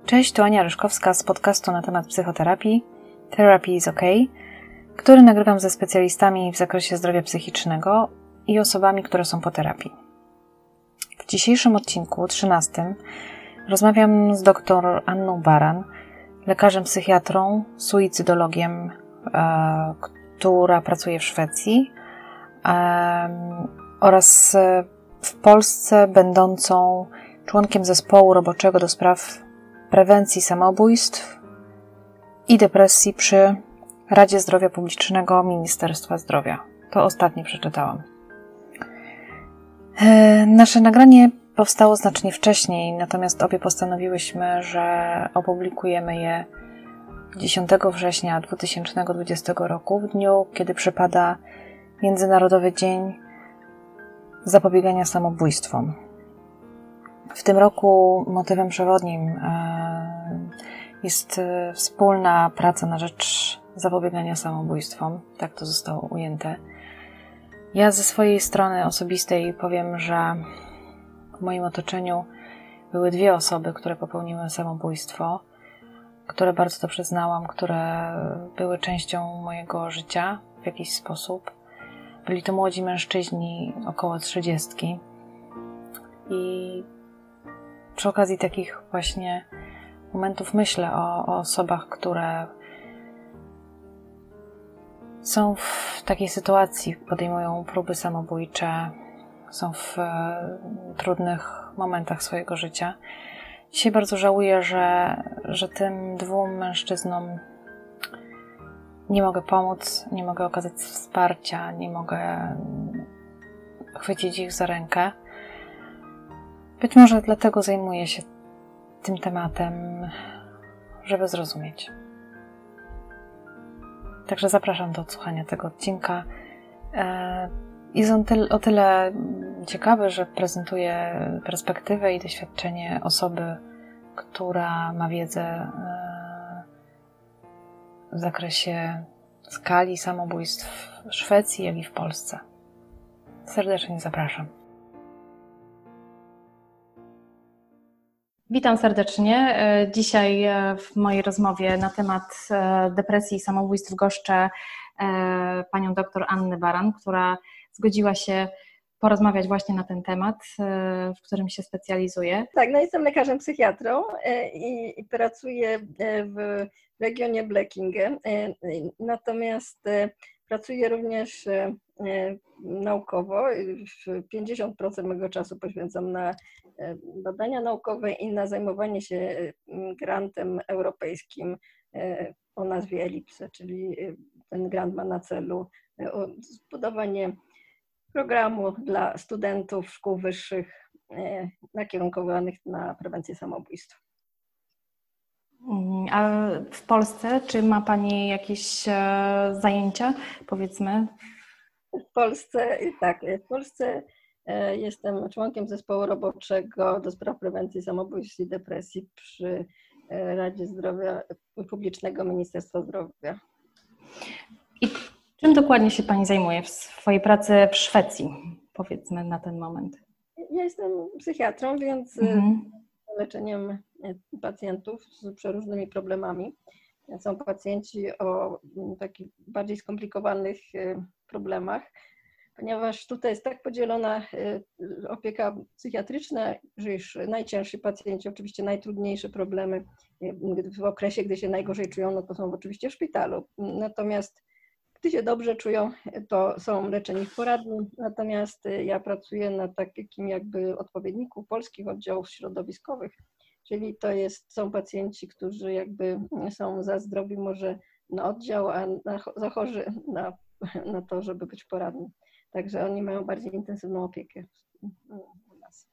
Cześć, tu Ania Ryszkowska z podcastu na temat psychoterapii Therapy is OK, który nagrywam ze specjalistami w zakresie zdrowia psychicznego i osobami, które są po terapii. W dzisiejszym odcinku, 13, rozmawiam z dr Anną Baran, lekarzem psychiatrą, suicydologiem, która pracuje w Szwecji oraz w Polsce będącą członkiem zespołu roboczego do spraw prewencji samobójstw i depresji przy Radzie Zdrowia Publicznego Ministerstwa Zdrowia. To ostatnie przeczytałam. Nasze nagranie powstało znacznie wcześniej, natomiast obie postanowiłyśmy, że opublikujemy je 10 września 2020 roku, w dniu, kiedy przypada Międzynarodowy Dzień Zapobiegania Samobójstwom. W tym roku motywem przewodnim jest wspólna praca na rzecz zapobiegania samobójstwom. Tak to zostało ujęte. Ja ze swojej strony osobistej powiem, że w moim otoczeniu były 2 osoby, które popełniły samobójstwo, które bardzo dobrze znałam, które były częścią mojego życia w jakiś sposób. Byli to młodzi mężczyźni około 30. I przy okazji takich właśnie momentów myślę o osobach, które są w takiej sytuacji, podejmują próby samobójcze, są w trudnych momentach swojego życia. Dzisiaj bardzo żałuję, że tym 2 mężczyznom nie mogę pomóc, nie mogę okazać wsparcia, nie mogę chwycić ich za rękę. Być może dlatego zajmuję się tym tematem, żeby zrozumieć. Także zapraszam do odsłuchania tego odcinka. Jest on o tyle ciekawy, że prezentuje perspektywę i doświadczenie osoby, która ma wiedzę w zakresie skali samobójstw w Szwecji, jak i w Polsce. Serdecznie zapraszam. Witam serdecznie. Dzisiaj w mojej rozmowie na temat depresji i samobójstw goszczę panią dr Annę Baran, która zgodziła się porozmawiać właśnie na ten temat, w którym się specjalizuje. Tak, no jestem lekarzem psychiatrą i pracuję w regionie Blekinge, natomiast pracuję również naukowo. 50% mego czasu poświęcam na badania naukowe i na zajmowanie się grantem europejskim o nazwie ELIPSE, czyli ten grant ma na celu zbudowanie programu dla studentów szkół wyższych nakierunkowanych na prewencję samobójstw. A w Polsce, czy ma Pani jakieś zajęcia, powiedzmy? W Polsce jestem członkiem zespołu roboczego do spraw prewencji samobójstw i depresji przy Radzie Zdrowia Publicznego Ministerstwa Zdrowia. I czym dokładnie się Pani zajmuje w swojej pracy w Szwecji, powiedzmy na ten moment? Ja jestem psychiatrą, więc leczeniem pacjentów z przeróżnymi problemami. Są pacjenci o takich bardziej skomplikowanych problemach, ponieważ tutaj jest tak podzielona opieka psychiatryczna, że już najciężsi pacjenci, oczywiście najtrudniejsze problemy w okresie, gdy się najgorzej czują, no to są oczywiście w szpitalu. Natomiast gdy się dobrze czują, to są leczeni w poradni. Natomiast ja pracuję na takim jakby odpowiedniku polskich oddziałów środowiskowych, czyli są pacjenci, którzy jakby są za zdrowi może na oddział, a za chorzy na to, żeby być poradni. Także oni mają bardziej intensywną opiekę u nas.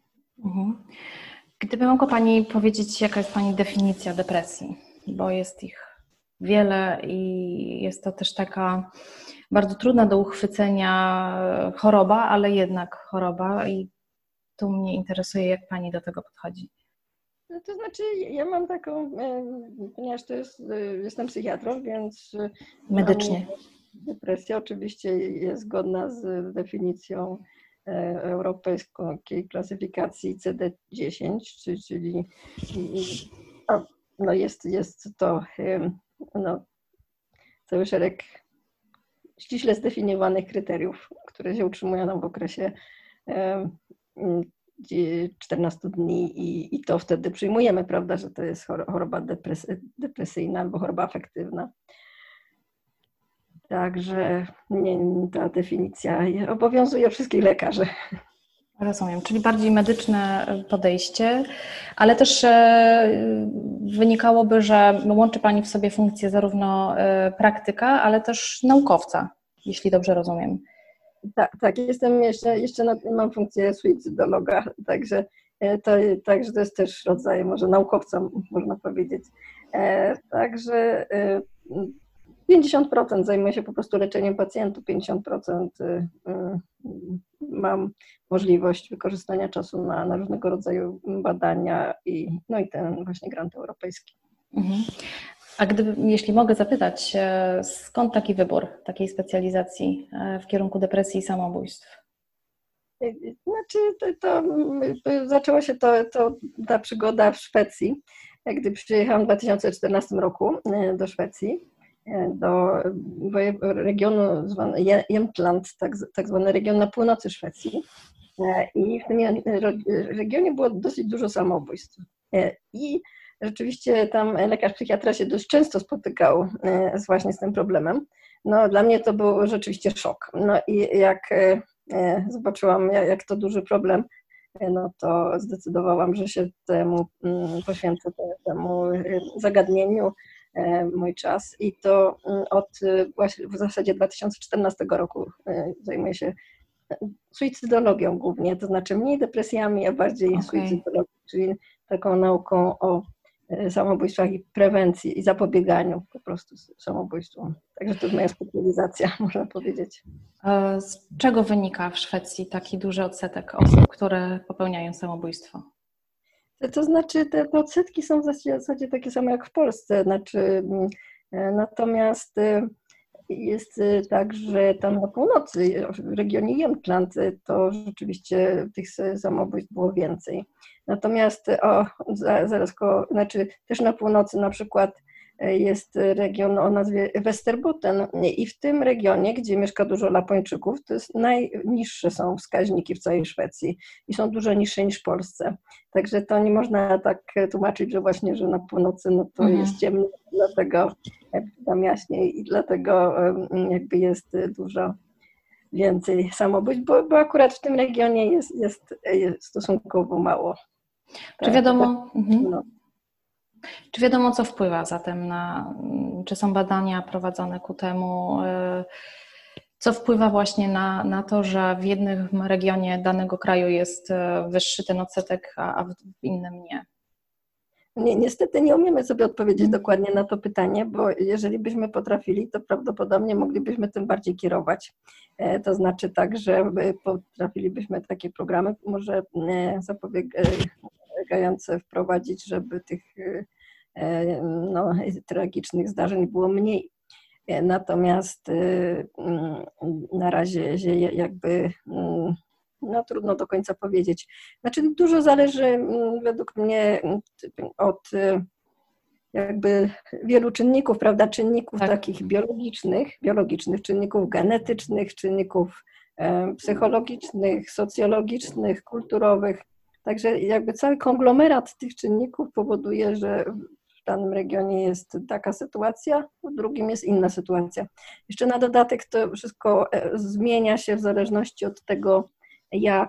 Gdyby mogła Pani powiedzieć, jaka jest Pani definicja depresji, bo jest ich wiele i jest to też taka bardzo trudna do uchwycenia choroba, ale jednak choroba i tu mnie interesuje, jak Pani do tego podchodzi. No to znaczy, ja mam taką, ponieważ jestem psychiatrą, więc medycznie. Depresja oczywiście jest zgodna z definicją europejskiej klasyfikacji ICD-10, czyli No jest to no, cały szereg ściśle zdefiniowanych kryteriów, które się utrzymują nam w okresie 14 dni i to wtedy przyjmujemy, prawda, że to jest choroba depresyjna albo choroba afektywna. Także ta definicja obowiązuje wszystkich lekarzy. Rozumiem, czyli bardziej medyczne podejście, ale też wynikałoby, że łączy Pani w sobie funkcję zarówno praktyka, ale też naukowca, jeśli dobrze rozumiem. Tak, jestem mam funkcję suicydologa, także to jest też rodzaj może naukowca, można powiedzieć. Także 50% zajmuję się po prostu leczeniem pacjentów, 50% mam możliwość wykorzystania czasu na różnego rodzaju badania i ten właśnie grant europejski. Mhm. A jeśli mogę zapytać, skąd taki wybór takiej specjalizacji w kierunku depresji i samobójstw? Znaczy, zaczęła się ta przygoda w Szwecji, gdy przyjechałam w 2014 roku do Szwecji, do regionu zwany Jämtland, tak zwany region na północy Szwecji. I w tym regionie było dosyć dużo samobójstw. I rzeczywiście tam lekarz psychiatra się dość często spotykał właśnie z tym problemem. No, dla mnie to był rzeczywiście szok. No i jak zobaczyłam, jak to duży problem, no to zdecydowałam, że się temu poświęcę, temu zagadnieniu mój czas i to od właśnie w zasadzie 2014 roku zajmuję się suicydologią głównie, to znaczy mniej depresjami, a bardziej suicydologią, czyli taką nauką o samobójstwach i prewencji i zapobieganiu po prostu samobójstwom. Także to jest moja specjalizacja, można powiedzieć. Z czego wynika w Szwecji taki duży odsetek osób, które popełniają samobójstwo? To znaczy te odsetki są w zasadzie takie same jak w Polsce, natomiast jest tak, że tam na północy, w regionie Jämtland, to rzeczywiście tych samobójstw było więcej. Natomiast też na północy na przykład jest region o nazwie Västerbotten i w tym regionie, gdzie mieszka dużo Lapończyków, to jest najniższe są wskaźniki w całej Szwecji i są dużo niższe niż w Polsce. Także to nie można tak tłumaczyć, że właśnie, że na północy no to jest ciemno, dlatego tam jaśniej i dlatego jakby jest dużo więcej samobójstw, bo akurat w tym regionie jest stosunkowo mało. Czy wiadomo, czy wiadomo, co wpływa zatem czy są badania prowadzone ku temu, co wpływa właśnie na to, że w jednym regionie danego kraju jest wyższy ten odsetek, a w innym nie? Niestety nie umiemy sobie odpowiedzieć dokładnie na to pytanie, bo jeżeli byśmy potrafili, to prawdopodobnie moglibyśmy tym bardziej kierować. To znaczy tak, że potrafilibyśmy takie programy może zapobiegające wprowadzić, żeby tych tragicznych zdarzeń było mniej. Natomiast na razie jakby trudno do końca powiedzieć. Znaczy dużo zależy według mnie od jakby wielu czynników, prawda, czynników takich biologicznych, czynników genetycznych, czynników psychologicznych, socjologicznych, kulturowych. Także jakby cały konglomerat tych czynników powoduje, że w danym regionie jest taka sytuacja, w drugim jest inna sytuacja. Jeszcze na dodatek to wszystko zmienia się w zależności od tego, jak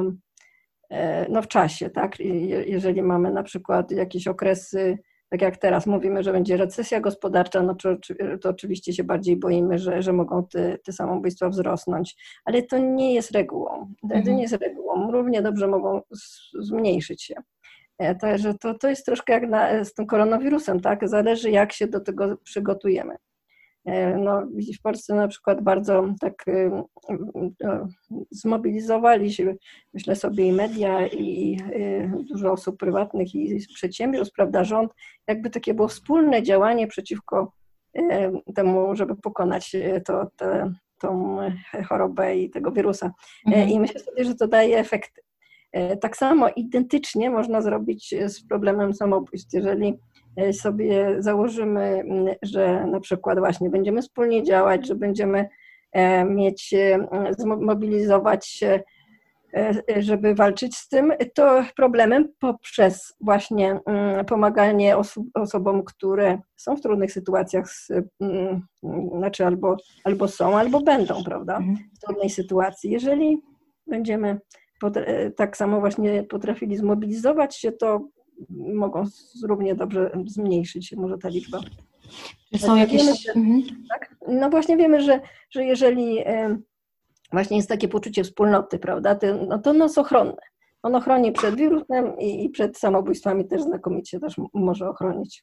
w czasie, tak? Jeżeli mamy na przykład jakieś okresy, tak jak teraz mówimy, że będzie recesja gospodarcza, no to oczywiście się bardziej boimy, że mogą te samobójstwa wzrosnąć, ale to nie jest regułą. To nie jest regułą. Równie dobrze mogą zmniejszyć się. Także to jest troszkę jak z tym koronawirusem, tak? Zależy, jak się do tego przygotujemy. No, w Polsce na przykład bardzo tak zmobilizowali się, myślę sobie, i media, i dużo osób prywatnych, i przedsiębiorstw, prawda, rząd, jakby takie było wspólne działanie przeciwko temu, żeby pokonać tą chorobę i tego wirusa. I myślę sobie, że to daje efekty. Tak samo identycznie można zrobić z problemem samobójstw. Jeżeli sobie założymy, że na przykład właśnie będziemy wspólnie działać, że będziemy zmobilizować się, żeby walczyć z tym, to problemem poprzez właśnie pomaganie osobom, które są w trudnych sytuacjach, znaczy albo są, albo będą, prawda, w trudnej sytuacji. Jeżeli będziemy tak samo właśnie potrafili zmobilizować się, to mogą równie dobrze zmniejszyć się może ta liczba. Są jakieś... Tak? No właśnie wiemy, że jeżeli właśnie jest takie poczucie wspólnoty, prawda, to nas ochronne. Ono chroni przed wirusem i przed samobójstwami też znakomicie też może ochronić.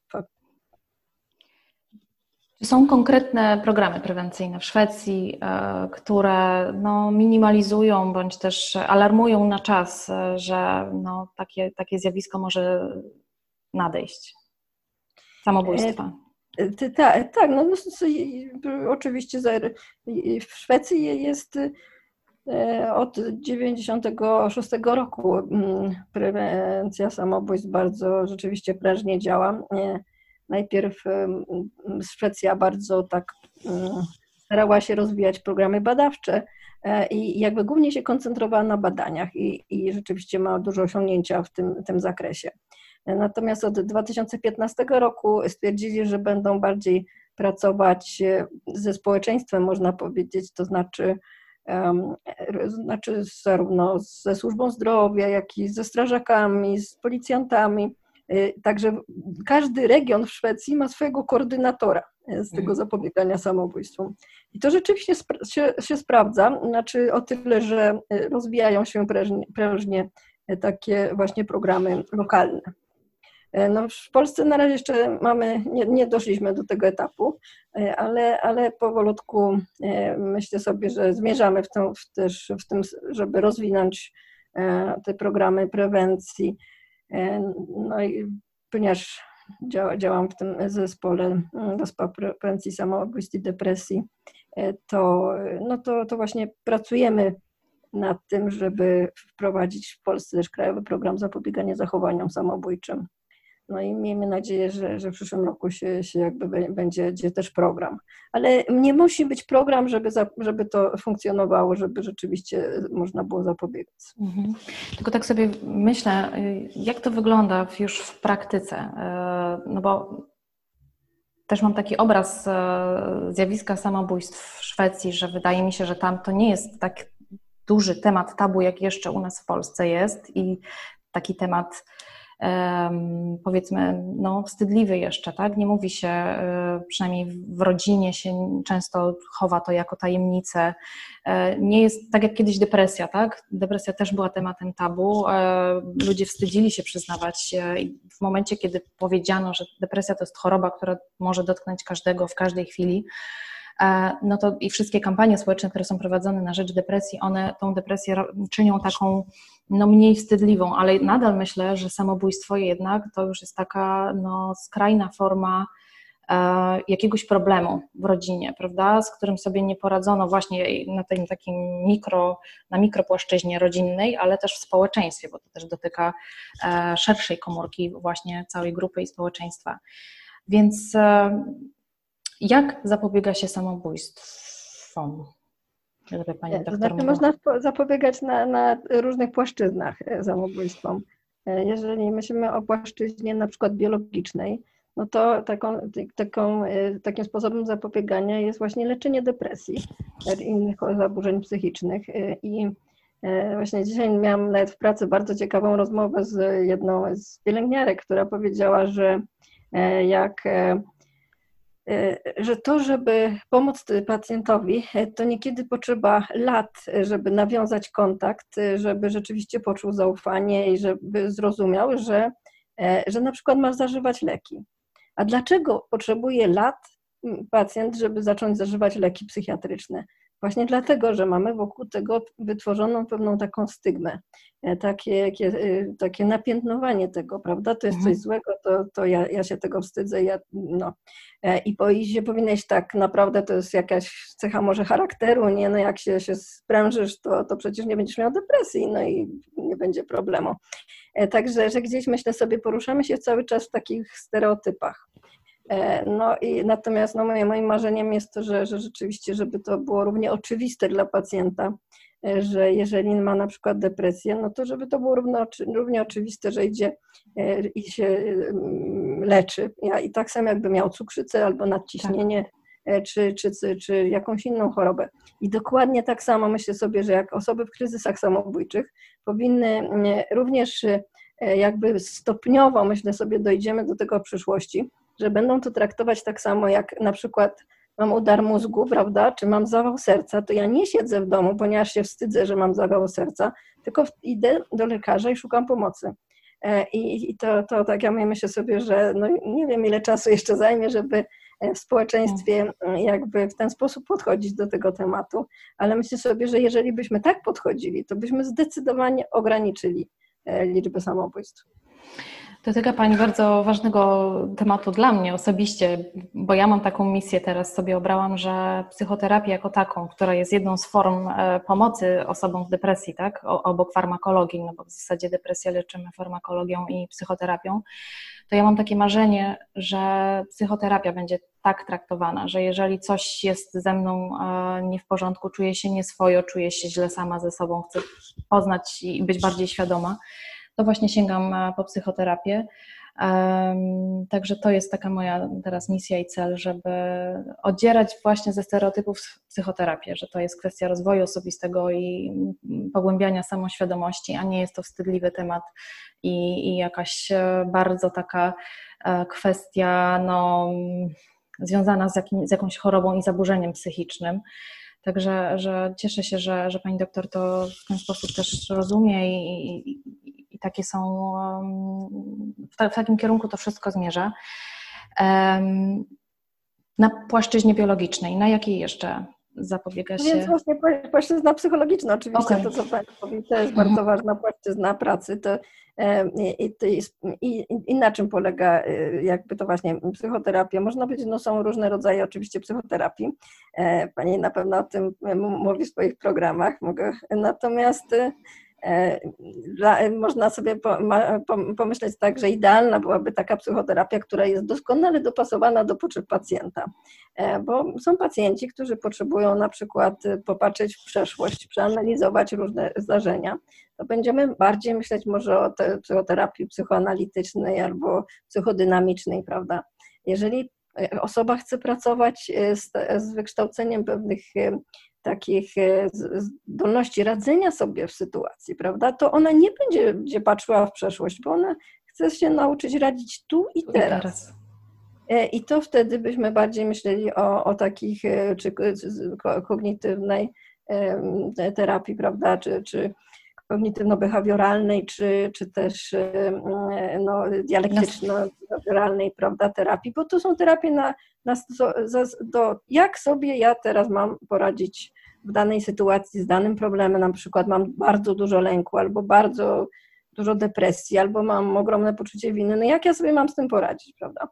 Czy są konkretne programy prewencyjne w Szwecji, które minimalizują bądź też alarmują na czas, że takie zjawisko może nadejść? Samobójstwa. Tak, oczywiście w Szwecji jest od 1996 roku prewencja samobójstw bardzo rzeczywiście prężnie działa. Najpierw Szwecja bardzo tak starała się rozwijać programy badawcze i jakby głównie się koncentrowała na badaniach i rzeczywiście ma dużo osiągnięcia w tym zakresie. Natomiast od 2015 roku stwierdzili, że będą bardziej pracować ze społeczeństwem, można powiedzieć, to znaczy zarówno ze służbą zdrowia, jak i ze strażakami, z policjantami. Także każdy region w Szwecji ma swojego koordynatora z tego zapobiegania samobójstwom. I to rzeczywiście się sprawdza, znaczy o tyle, że rozwijają się prężnie takie właśnie programy lokalne. No w Polsce na razie jeszcze nie doszliśmy do tego etapu, ale powolutku myślę sobie, że zmierzamy w tym, żeby rozwinąć te programy prewencji. No i ponieważ działam w tym zespole do spraw prewencji samobójstw i depresji, to właśnie pracujemy nad tym, żeby wprowadzić w Polsce też krajowy program zapobiegania zachowaniom samobójczym. No i miejmy nadzieję, że w przyszłym roku się jakby będzie też program. Ale nie musi być program, żeby to funkcjonowało, żeby rzeczywiście można było zapobiegać. Tylko tak sobie myślę, jak to wygląda już w praktyce, no bo też mam taki obraz zjawiska samobójstw w Szwecji, że wydaje mi się, że tam to nie jest tak duży temat tabu, jak jeszcze u nas w Polsce jest i taki temat powiedzmy wstydliwy jeszcze, tak? Nie mówi się, przynajmniej w rodzinie się często chowa to jako tajemnicę. Nie jest tak jak kiedyś depresja, tak? Depresja też była tematem tabu. Ludzie wstydzili się przyznawać się i w momencie, kiedy powiedziano, że depresja to jest choroba, która może dotknąć każdego w każdej chwili, no to i wszystkie kampanie społeczne, które są prowadzone na rzecz depresji, one tą depresję czynią taką mniej wstydliwą, ale nadal myślę, że samobójstwo jednak to już jest taka skrajna forma jakiegoś problemu w rodzinie, prawda, z którym sobie nie poradzono właśnie na tym takim na mikropłaszczyźnie rodzinnej, ale też w społeczeństwie, bo to też dotyka szerszej komórki właśnie całej grupy i społeczeństwa. Więc jak zapobiega się samobójstwom? Pani doktor, to znaczy można zapobiegać na różnych płaszczyznach samobójstwom. Jeżeli myślimy o płaszczyźnie na przykład biologicznej, no to takim sposobem zapobiegania jest właśnie leczenie depresji i innych zaburzeń psychicznych. I właśnie dzisiaj miałam nawet w pracy bardzo ciekawą rozmowę z jedną z pielęgniarek, która powiedziała, że żeby pomóc pacjentowi, to niekiedy potrzeba lat, żeby nawiązać kontakt, żeby rzeczywiście poczuł zaufanie i żeby zrozumiał, że na przykład ma zażywać leki. A dlaczego potrzebuje lat pacjent, żeby zacząć zażywać leki psychiatryczne? Właśnie dlatego, że mamy wokół tego wytworzoną pewną taką stygmę, takie napiętnowanie tego, prawda? To jest coś złego, to ja się tego wstydzę, i boi się, powinieneś tak naprawdę, to jest jakaś cecha może charakteru, nie? No jak się sprężysz, to przecież nie będziesz miał depresji, no i nie będzie problemu. Także, że gdzieś myślę sobie, poruszamy się cały czas w takich stereotypach. No i natomiast moim marzeniem jest to, że rzeczywiście, żeby to było równie oczywiste dla pacjenta, że jeżeli ma na przykład depresję, no to żeby to było równie oczywiste, że idzie i się leczy. I tak samo jakby miał cukrzycę albo nadciśnienie, tak. czy jakąś inną chorobę. I dokładnie tak samo myślę sobie, że jak osoby w kryzysach samobójczych powinny również jakby stopniowo, myślę sobie, dojdziemy do tego w przyszłości, że będą to traktować tak samo jak na przykład mam udar mózgu, prawda, czy mam zawał serca, to ja nie siedzę w domu, ponieważ się wstydzę, że mam zawał serca, tylko idę do lekarza i szukam pomocy. I to tak ja myślę sobie, że nie wiem ile czasu jeszcze zajmie, żeby w społeczeństwie jakby w ten sposób podchodzić do tego tematu, ale myślę sobie, że jeżeli byśmy tak podchodzili, to byśmy zdecydowanie ograniczyli liczbę samobójstw. Dotyka Pani bardzo ważnego tematu dla mnie osobiście, bo ja mam taką misję teraz, sobie obrałam, że psychoterapię jako taką, która jest jedną z form pomocy osobom w depresji, tak, obok farmakologii, no bo w zasadzie depresję leczymy farmakologią i psychoterapią, to ja mam takie marzenie, że psychoterapia będzie tak traktowana, że jeżeli coś jest ze mną nie w porządku, czuję się nieswojo, czuję się źle sama ze sobą, chcę poznać i być bardziej świadoma, to właśnie sięgam po psychoterapię. Także to jest taka moja teraz misja i cel, żeby odzierać właśnie ze stereotypów psychoterapię, że to jest kwestia rozwoju osobistego i pogłębiania samoświadomości, a nie jest to wstydliwy temat i jakaś bardzo taka kwestia związana z jakąś chorobą i zaburzeniem psychicznym. Także że cieszę się, że Pani doktor to w ten sposób też rozumie i takie są, w takim kierunku to wszystko zmierza. Na płaszczyźnie biologicznej, na jakiej jeszcze zapobiega się? Więc właśnie płaszczyzna psychologiczna oczywiście, to co Pani mówi, to jest bardzo ważna płaszczyzna pracy. I na czym polega jakby to właśnie psychoterapia? Można powiedzieć, są różne rodzaje oczywiście psychoterapii. Pani na pewno o tym mówi w swoich programach. Natomiast można sobie pomyśleć tak, że idealna byłaby taka psychoterapia, która jest doskonale dopasowana do potrzeb pacjenta, bo są pacjenci, którzy potrzebują na przykład popatrzeć w przeszłość, przeanalizować różne zdarzenia, to będziemy bardziej myśleć może o psychoterapii psychoanalitycznej albo psychodynamicznej, prawda? Jeżeli osoba chce pracować z wykształceniem pewnych takich zdolności radzenia sobie w sytuacji, prawda, to ona nie będzie patrzyła w przeszłość, bo ona chce się nauczyć radzić tu i teraz. I to wtedy byśmy bardziej myśleli o takich, czy kognitywnej terapii, prawda, czy kognitywno-behawioralnej, czy też dialektyczno-behawioralnej, prawda, terapii, bo to są terapie jak sobie ja teraz mam poradzić w danej sytuacji z danym problemem, na przykład mam bardzo dużo lęku, albo bardzo dużo depresji, albo mam ogromne poczucie winy, jak ja sobie mam z tym poradzić, prawda?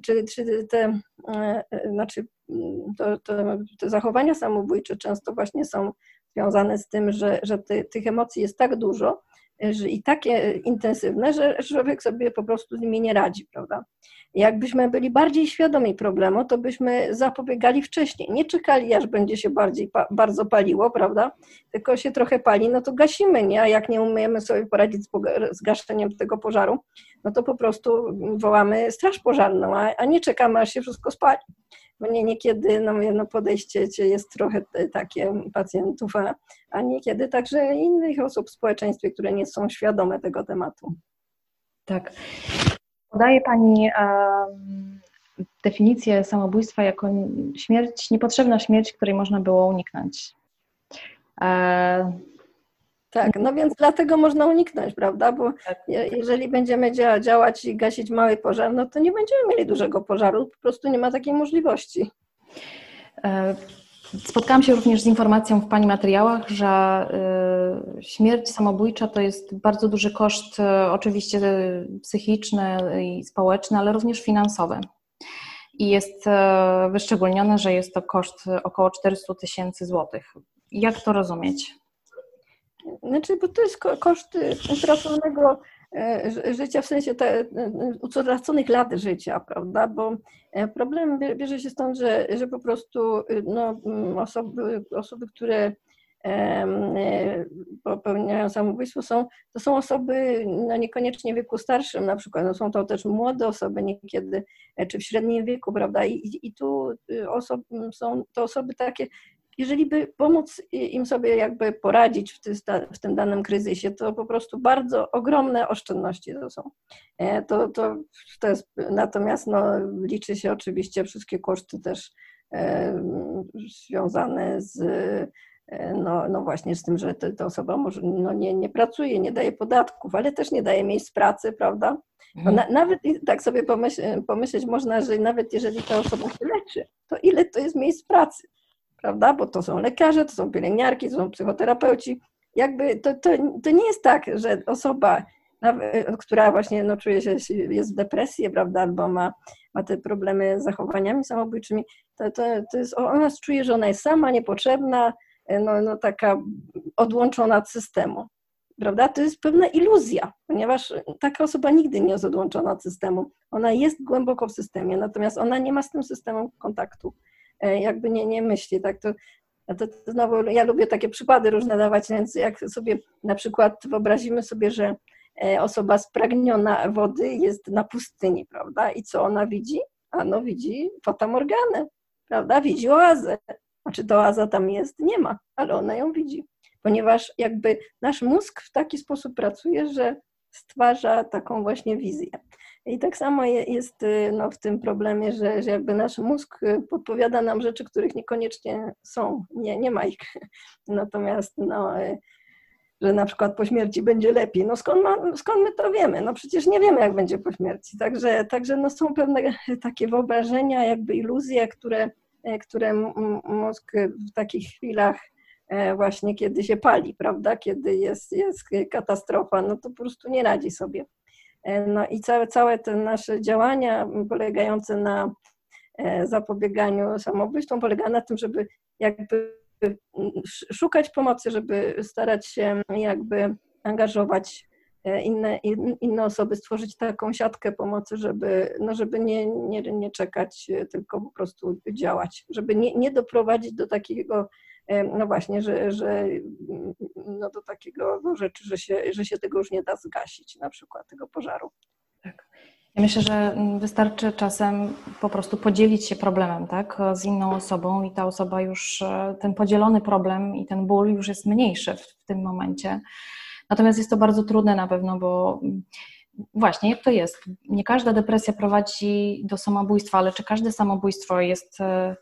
Te zachowania samobójcze często właśnie są związane z tym, że tych emocji jest tak dużo i takie intensywne, że człowiek sobie po prostu z nimi nie radzi, prawda? Jakbyśmy byli bardziej świadomi problemu, to byśmy zapobiegali wcześniej, nie czekali, aż będzie się bardzo paliło, prawda? Tylko się trochę pali, to gasimy, nie? A jak nie umiemy sobie poradzić z gaszeniem tego pożaru, to po prostu wołamy straż pożarną, a nie czekamy, aż się wszystko spali. Bo niekiedy podejście jest trochę takie pacjentów, a niekiedy także innych osób w społeczeństwie, które nie są świadome tego tematu. Tak. Podaje Pani definicję samobójstwa jako niepotrzebna śmierć, której można było uniknąć. Tak, więc dlatego można uniknąć, prawda? Bo jeżeli będziemy działać i gasić mały pożar, to nie będziemy mieli dużego pożaru, po prostu nie ma takiej możliwości. Spotkałam się również z informacją w Pani materiałach, że śmierć samobójcza to jest bardzo duży koszt, oczywiście psychiczny i społeczny, ale również finansowy. I jest wyszczególnione, że jest to koszt około 400 000 złotych. Jak to rozumieć? Znaczy, bo to jest koszt utraconego życia, w sensie utraconych lat życia, prawda? Bo problem bierze się stąd, że po prostu no, osoby, które popełniają samobójstwo, to są osoby no, niekoniecznie w wieku starszym na przykład, no, są to też młode osoby niekiedy, czy w średnim wieku, prawda? I tu są to osoby takie, jeżeli by pomóc im sobie jakby poradzić w tym danym kryzysie, to po prostu bardzo ogromne oszczędności to są. To jest, natomiast no, liczy się oczywiście wszystkie koszty też związane z no właśnie z tym, że ta osoba może no nie pracuje, nie daje podatków, ale też nie daje miejsc pracy, prawda? Nawet tak sobie pomyśleć można, że nawet jeżeli ta osoba się leczy, to ile to jest miejsc pracy? Prawda? Bo to są lekarze, to są pielęgniarki, to są psychoterapeuci. Jakby to nie jest tak, że osoba, która właśnie no, czuje się, jest w depresji, prawda, albo ma te problemy z zachowaniami samobójczymi, to jest, ona czuje, że ona jest sama, niepotrzebna, no taka odłączona od systemu. Prawda? To jest pewna iluzja, ponieważ taka osoba nigdy nie jest odłączona od systemu. Ona jest głęboko w systemie, natomiast ona nie ma z tym systemem kontaktu. Jakby nie myśli, tak to znowu ja lubię takie przykłady różne dawać, więc jak sobie na przykład wyobrazimy sobie, że osoba spragniona wody jest na pustyni, prawda? I co ona widzi? Ano widzi fatamorganę, prawda? Widzi oazę. A czy ta oaza tam jest? Nie ma, ale ona ją widzi, ponieważ jakby nasz mózg w taki sposób pracuje, że stwarza taką właśnie wizję. I tak samo jest no, w tym problemie, że jakby nasz mózg podpowiada nam rzeczy, których niekoniecznie są, nie ma ich. Natomiast no, że na przykład po śmierci będzie lepiej. No skąd my to wiemy? No przecież nie wiemy, jak będzie po śmierci. Także no, są pewne takie wyobrażenia, jakby iluzje, które mózg w takich chwilach właśnie kiedy się pali, prawda, kiedy jest katastrofa, no to po prostu nie radzi sobie. No i całe te nasze działania polegające na zapobieganiu samobójstwom polega na tym, żeby jakby szukać pomocy, żeby starać się jakby angażować inne osoby, stworzyć taką siatkę pomocy, żeby nie czekać, tylko po prostu działać, żeby nie doprowadzić do takiego, no właśnie, że no do takiego rzeczy, że się tego już nie da zgasić, na przykład tego pożaru. Tak. Ja myślę, że wystarczy czasem po prostu podzielić się problemem, tak, z inną osobą i ta osoba już, ten podzielony problem i ten ból już jest mniejszy w tym momencie. Natomiast jest to bardzo trudne na pewno, bo właśnie jak to jest? Nie każda depresja prowadzi do samobójstwa, ale czy każde samobójstwo jest,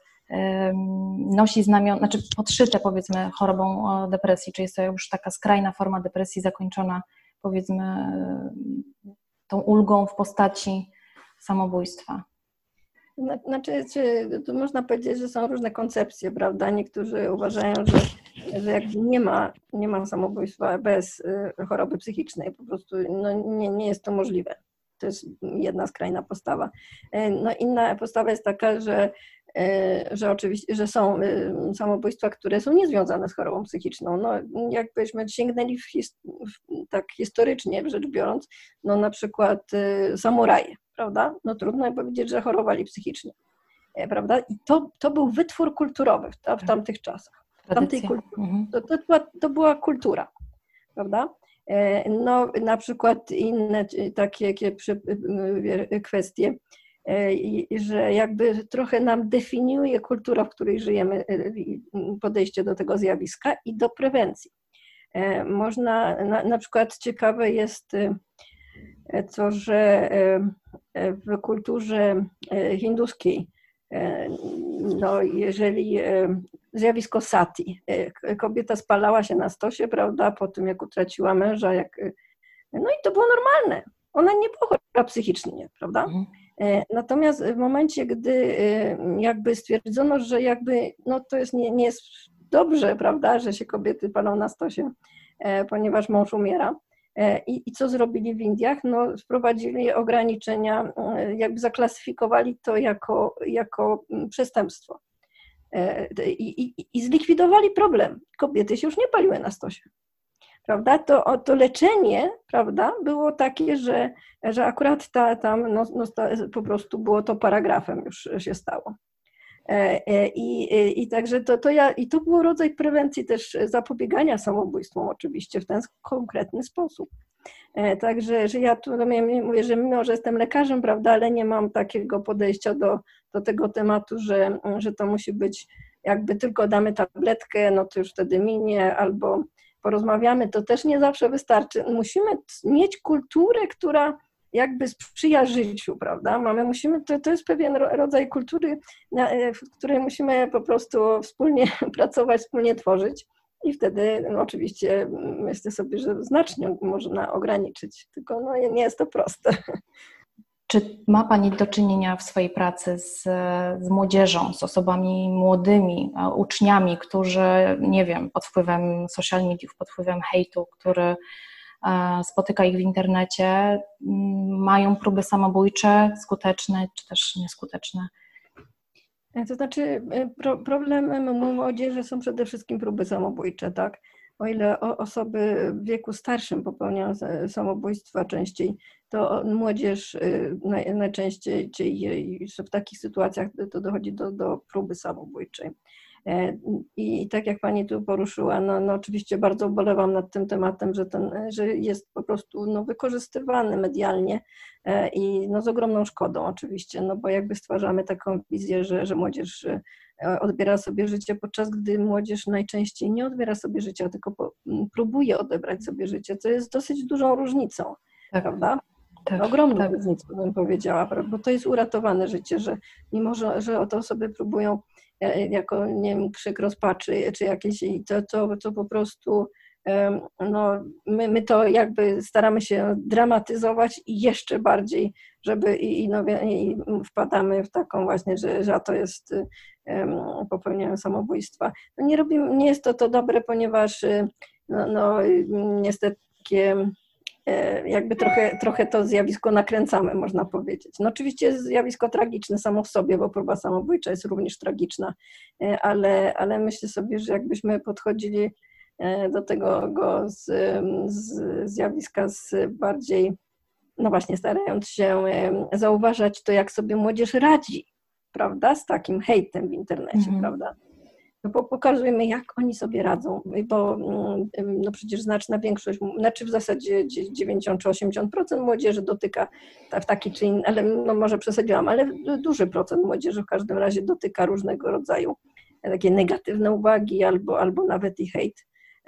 nosi znamiona, znaczy podszyte powiedzmy chorobą depresji, czy jest to już taka skrajna forma depresji zakończona powiedzmy tą ulgą w postaci samobójstwa? Znaczy, tu można powiedzieć, że są różne koncepcje, prawda? Niektórzy uważają, że jakby nie ma samobójstwa bez choroby psychicznej, po prostu no, nie jest to możliwe. To jest jedna skrajna postawa. No, inna postawa jest taka, że oczywiście, że są samobójstwa, które są niezwiązane z chorobą psychiczną. No, jakbyśmy sięgnęli tak historycznie rzecz biorąc, no na przykład samuraje, prawda? No trudno powiedzieć, że chorowali psychicznie, prawda? I to był wytwór kulturowy w tamtych czasach. W tamtej to była kultura, prawda? No na przykład inne takie kwestie, że jakby trochę nam definiuje kultura, w której żyjemy, podejście do tego zjawiska i do prewencji. Można, na przykład ciekawe jest to, że w kulturze hinduskiej, no jeżeli zjawisko sati, kobieta spalała się na stosie, prawda, po tym jak utraciła męża, no i to było normalne. Ona nie była chora psychicznie, prawda? Natomiast w momencie, gdy jakby stwierdzono, że jakby no to jest nie jest dobrze, prawda, że się kobiety palą na stosie, ponieważ mąż umiera. I co zrobili w Indiach? No, wprowadzili ograniczenia, jakby zaklasyfikowali to jako przestępstwo. I zlikwidowali problem. Kobiety się już nie paliły na stosie. Prawda? To leczenie, prawda, było takie, że akurat tam po prostu było to paragrafem już się stało. I także to był rodzaj prewencji też zapobiegania samobójstwom oczywiście w ten konkretny sposób. Także że ja tu mówię, że mimo, że jestem lekarzem, prawda, ale nie mam takiego podejścia do tego tematu, że to musi być jakby tylko damy tabletkę, no to już wtedy minie, albo porozmawiamy, to też nie zawsze wystarczy. Musimy mieć kulturę, która jakby sprzyja życiu, prawda? To jest pewien rodzaj kultury, w której musimy po prostu wspólnie pracować, wspólnie tworzyć i wtedy no, oczywiście myślę sobie, że znacznie można ograniczyć, tylko no, nie jest to proste. Czy ma Pani do czynienia w swojej pracy z młodzieżą, z osobami młodymi, uczniami, którzy, nie wiem, pod wpływem social mediów, pod wpływem hejtu, który spotyka ich w internecie, mają próby samobójcze, skuteczne czy też nieskuteczne? To znaczy problemem młodzieży są przede wszystkim próby samobójcze, tak? O ile osoby w wieku starszym popełniają samobójstwa częściej, to młodzież najczęściej w takich sytuacjach to dochodzi do próby samobójczej. I tak jak Pani tu poruszyła, no oczywiście bardzo ubolewam nad tym tematem, że jest po prostu wykorzystywany medialnie i z ogromną szkodą oczywiście, bo jakby stwarzamy taką wizję, że młodzież odbiera sobie życie, podczas gdy młodzież najczęściej nie odbiera sobie życia, tylko próbuje odebrać sobie życie, co jest dosyć dużą różnicą, tak, prawda? Tak, ogromną różnicą bym powiedziała, bo to jest uratowane życie, że mimo, że te osoby próbują jako, nie wiem, krzyk rozpaczy, czy jakieś, to po prostu my to jakby staramy się dramatyzować i jeszcze bardziej, żeby i wpadamy w taką właśnie, że to jest popełniają samobójstwa. Nie jest to dobre, ponieważ niestety jakby trochę to zjawisko nakręcamy, można powiedzieć. No oczywiście jest zjawisko tragiczne samo w sobie, bo próba samobójcza jest również tragiczna, ale myślę sobie, że jakbyśmy podchodzili do tego zjawiska bardziej, no właśnie starając się zauważać to, jak sobie młodzież radzi, prawda, z takim hejtem w internecie, prawda. No pokazujemy, jak oni sobie radzą, bo no przecież znaczna większość, znaczy w zasadzie 90 czy 80% młodzieży dotyka w taki czy inny, ale no może przesadziłam, ale duży procent młodzieży w każdym razie dotyka różnego rodzaju takie negatywne uwagi albo nawet i hejt.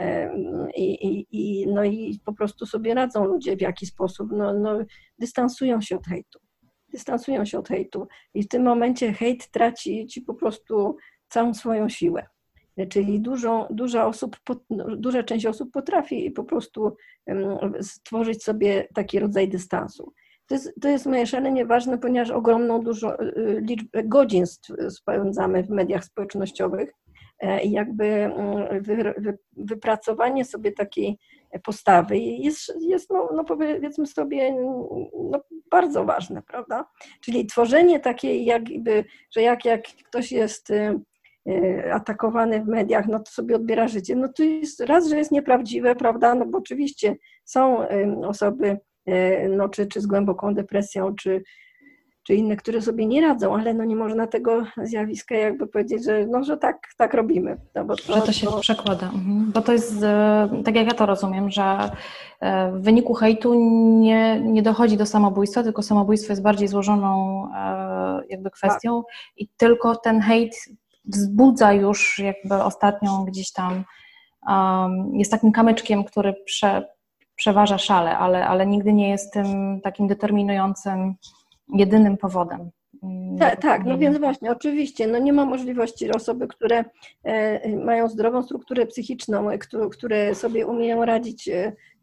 I po prostu sobie radzą ludzie w jaki sposób, dystansują się od hejtu i w tym momencie hejt traci ci po prostu całą swoją siłę. Czyli duża część osób potrafi po prostu stworzyć sobie taki rodzaj dystansu. To jest szalenie ważne, ponieważ dużo liczbę godzin spędzamy w mediach społecznościowych i jakby wypracowanie sobie takiej postawy jest powiedzmy sobie bardzo ważne, prawda? Czyli tworzenie takiej jakby, że jak ktoś jest atakowany w mediach, no to sobie odbiera życie. No to jest raz, że jest nieprawdziwe, prawda? No bo oczywiście są osoby czy z głęboką depresją, czy inne, które sobie nie radzą, ale nie można tego zjawiska jakby powiedzieć, że tak robimy. Że to się przekłada. Bo to jest, tak jak ja to rozumiem, że w wyniku hejtu nie dochodzi do samobójstwa, tylko samobójstwo jest bardziej złożoną jakby kwestią i tylko ten hejt wzbudza już jakby ostatnią gdzieś tam, jest takim kamyczkiem, który przeważa szale, ale nigdy nie jest tym takim determinującym, jedynym powodem. Tak, no więc właśnie, oczywiście, nie ma możliwości osoby, które mają zdrową strukturę psychiczną, które sobie umieją radzić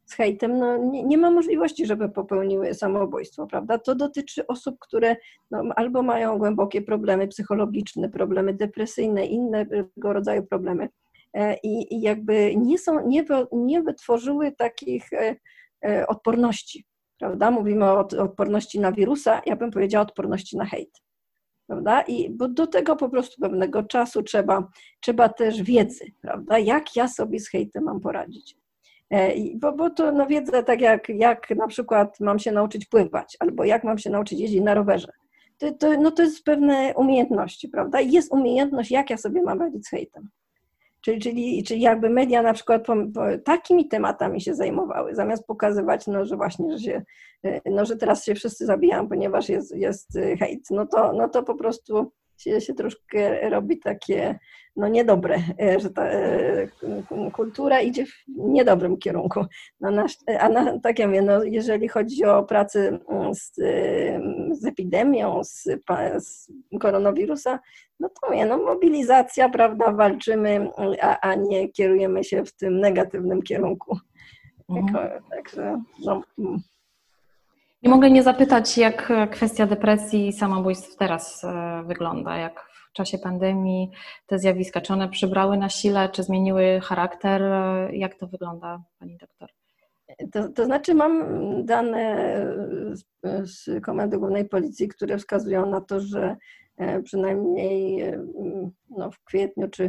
z hejtem, no nie ma możliwości, żeby popełniły samobójstwo, prawda? To dotyczy osób, które no, albo mają głębokie problemy psychologiczne, problemy depresyjne, innego rodzaju problemy i jakby nie wytworzyły takich odporności, prawda? Mówimy o odporności na wirusa, ja bym powiedziała odporności na hejt. Prawda? Bo do tego po prostu pewnego czasu trzeba też wiedzy, prawda? Jak ja sobie z hejtem mam poradzić. Bo to no, wiedza tak jak na przykład mam się nauczyć pływać, albo jak mam się nauczyć jeździć na rowerze. To jest pewne umiejętności, prawda? I jest umiejętność, jak ja sobie mam radzić z hejtem. Czyli jakby media na przykład takimi tematami się zajmowały, zamiast pokazywać, no, że właśnie, że teraz się wszyscy zabijają, ponieważ jest hejt, no to po prostu się troszkę robi takie no niedobre, że ta kultura idzie w niedobrym kierunku. Tak ja mówię, no, jeżeli chodzi o pracę z epidemią, z koronawirusa, no to mówię, no mobilizacja, prawda, walczymy, a nie kierujemy się w tym negatywnym kierunku. Także no. Nie mogę nie zapytać, jak kwestia depresji i samobójstw teraz wygląda, jak w czasie pandemii te zjawiska, czy one przybrały na sile, czy zmieniły charakter, jak to wygląda, pani doktor? To znaczy mam dane z Komendy Głównej Policji, które wskazują na to, że przynajmniej no, w kwietniu czy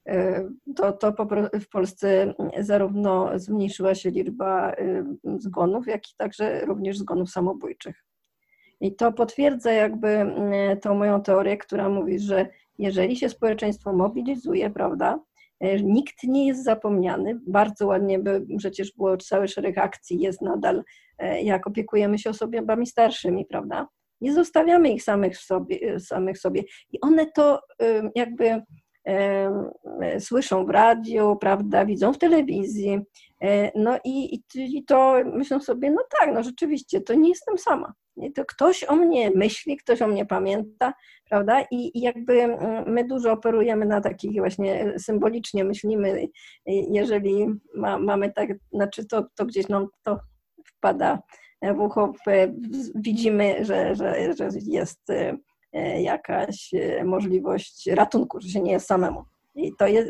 w Polsce zarówno zmniejszyła się liczba zgonów, jak i także również zgonów samobójczych. I to potwierdza jakby tą moją teorię, która mówi, że jeżeli się społeczeństwo mobilizuje, prawda, nikt nie jest zapomniany. Bardzo ładnie by przecież było cały szereg akcji, jest nadal, jak opiekujemy się osobami starszymi, prawda. Nie zostawiamy ich samych sobie. I one to jakby słyszą w radiu, prawda, widzą w telewizji, no i to myślą sobie, no tak, no rzeczywiście, to nie jestem sama. To ktoś o mnie myśli, ktoś o mnie pamięta, prawda, i jakby my dużo operujemy na takich właśnie symbolicznie myślimy, jeżeli mamy tak, znaczy to gdzieś nam to wpada w ucho, widzimy, że jest jakaś możliwość ratunku, że się nie jest samemu. I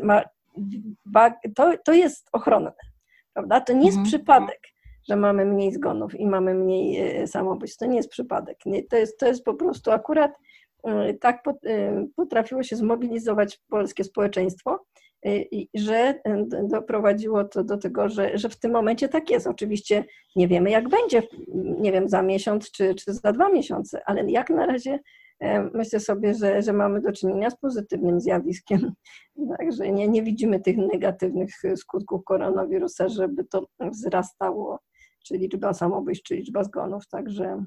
to jest ochronne, prawda? To nie jest przypadek, że mamy mniej zgonów i mamy mniej samobójstw. To nie jest przypadek. To jest po prostu akurat tak potrafiło się zmobilizować polskie społeczeństwo, że doprowadziło to do tego, że w tym momencie tak jest. Oczywiście nie wiemy, jak będzie, nie wiem, za miesiąc czy za 2 miesiące, ale jak na razie myślę sobie, że mamy do czynienia z pozytywnym zjawiskiem. Także nie widzimy tych negatywnych skutków koronawirusa, żeby to wzrastało, czy liczba samobójstw, czy liczba zgonów. Także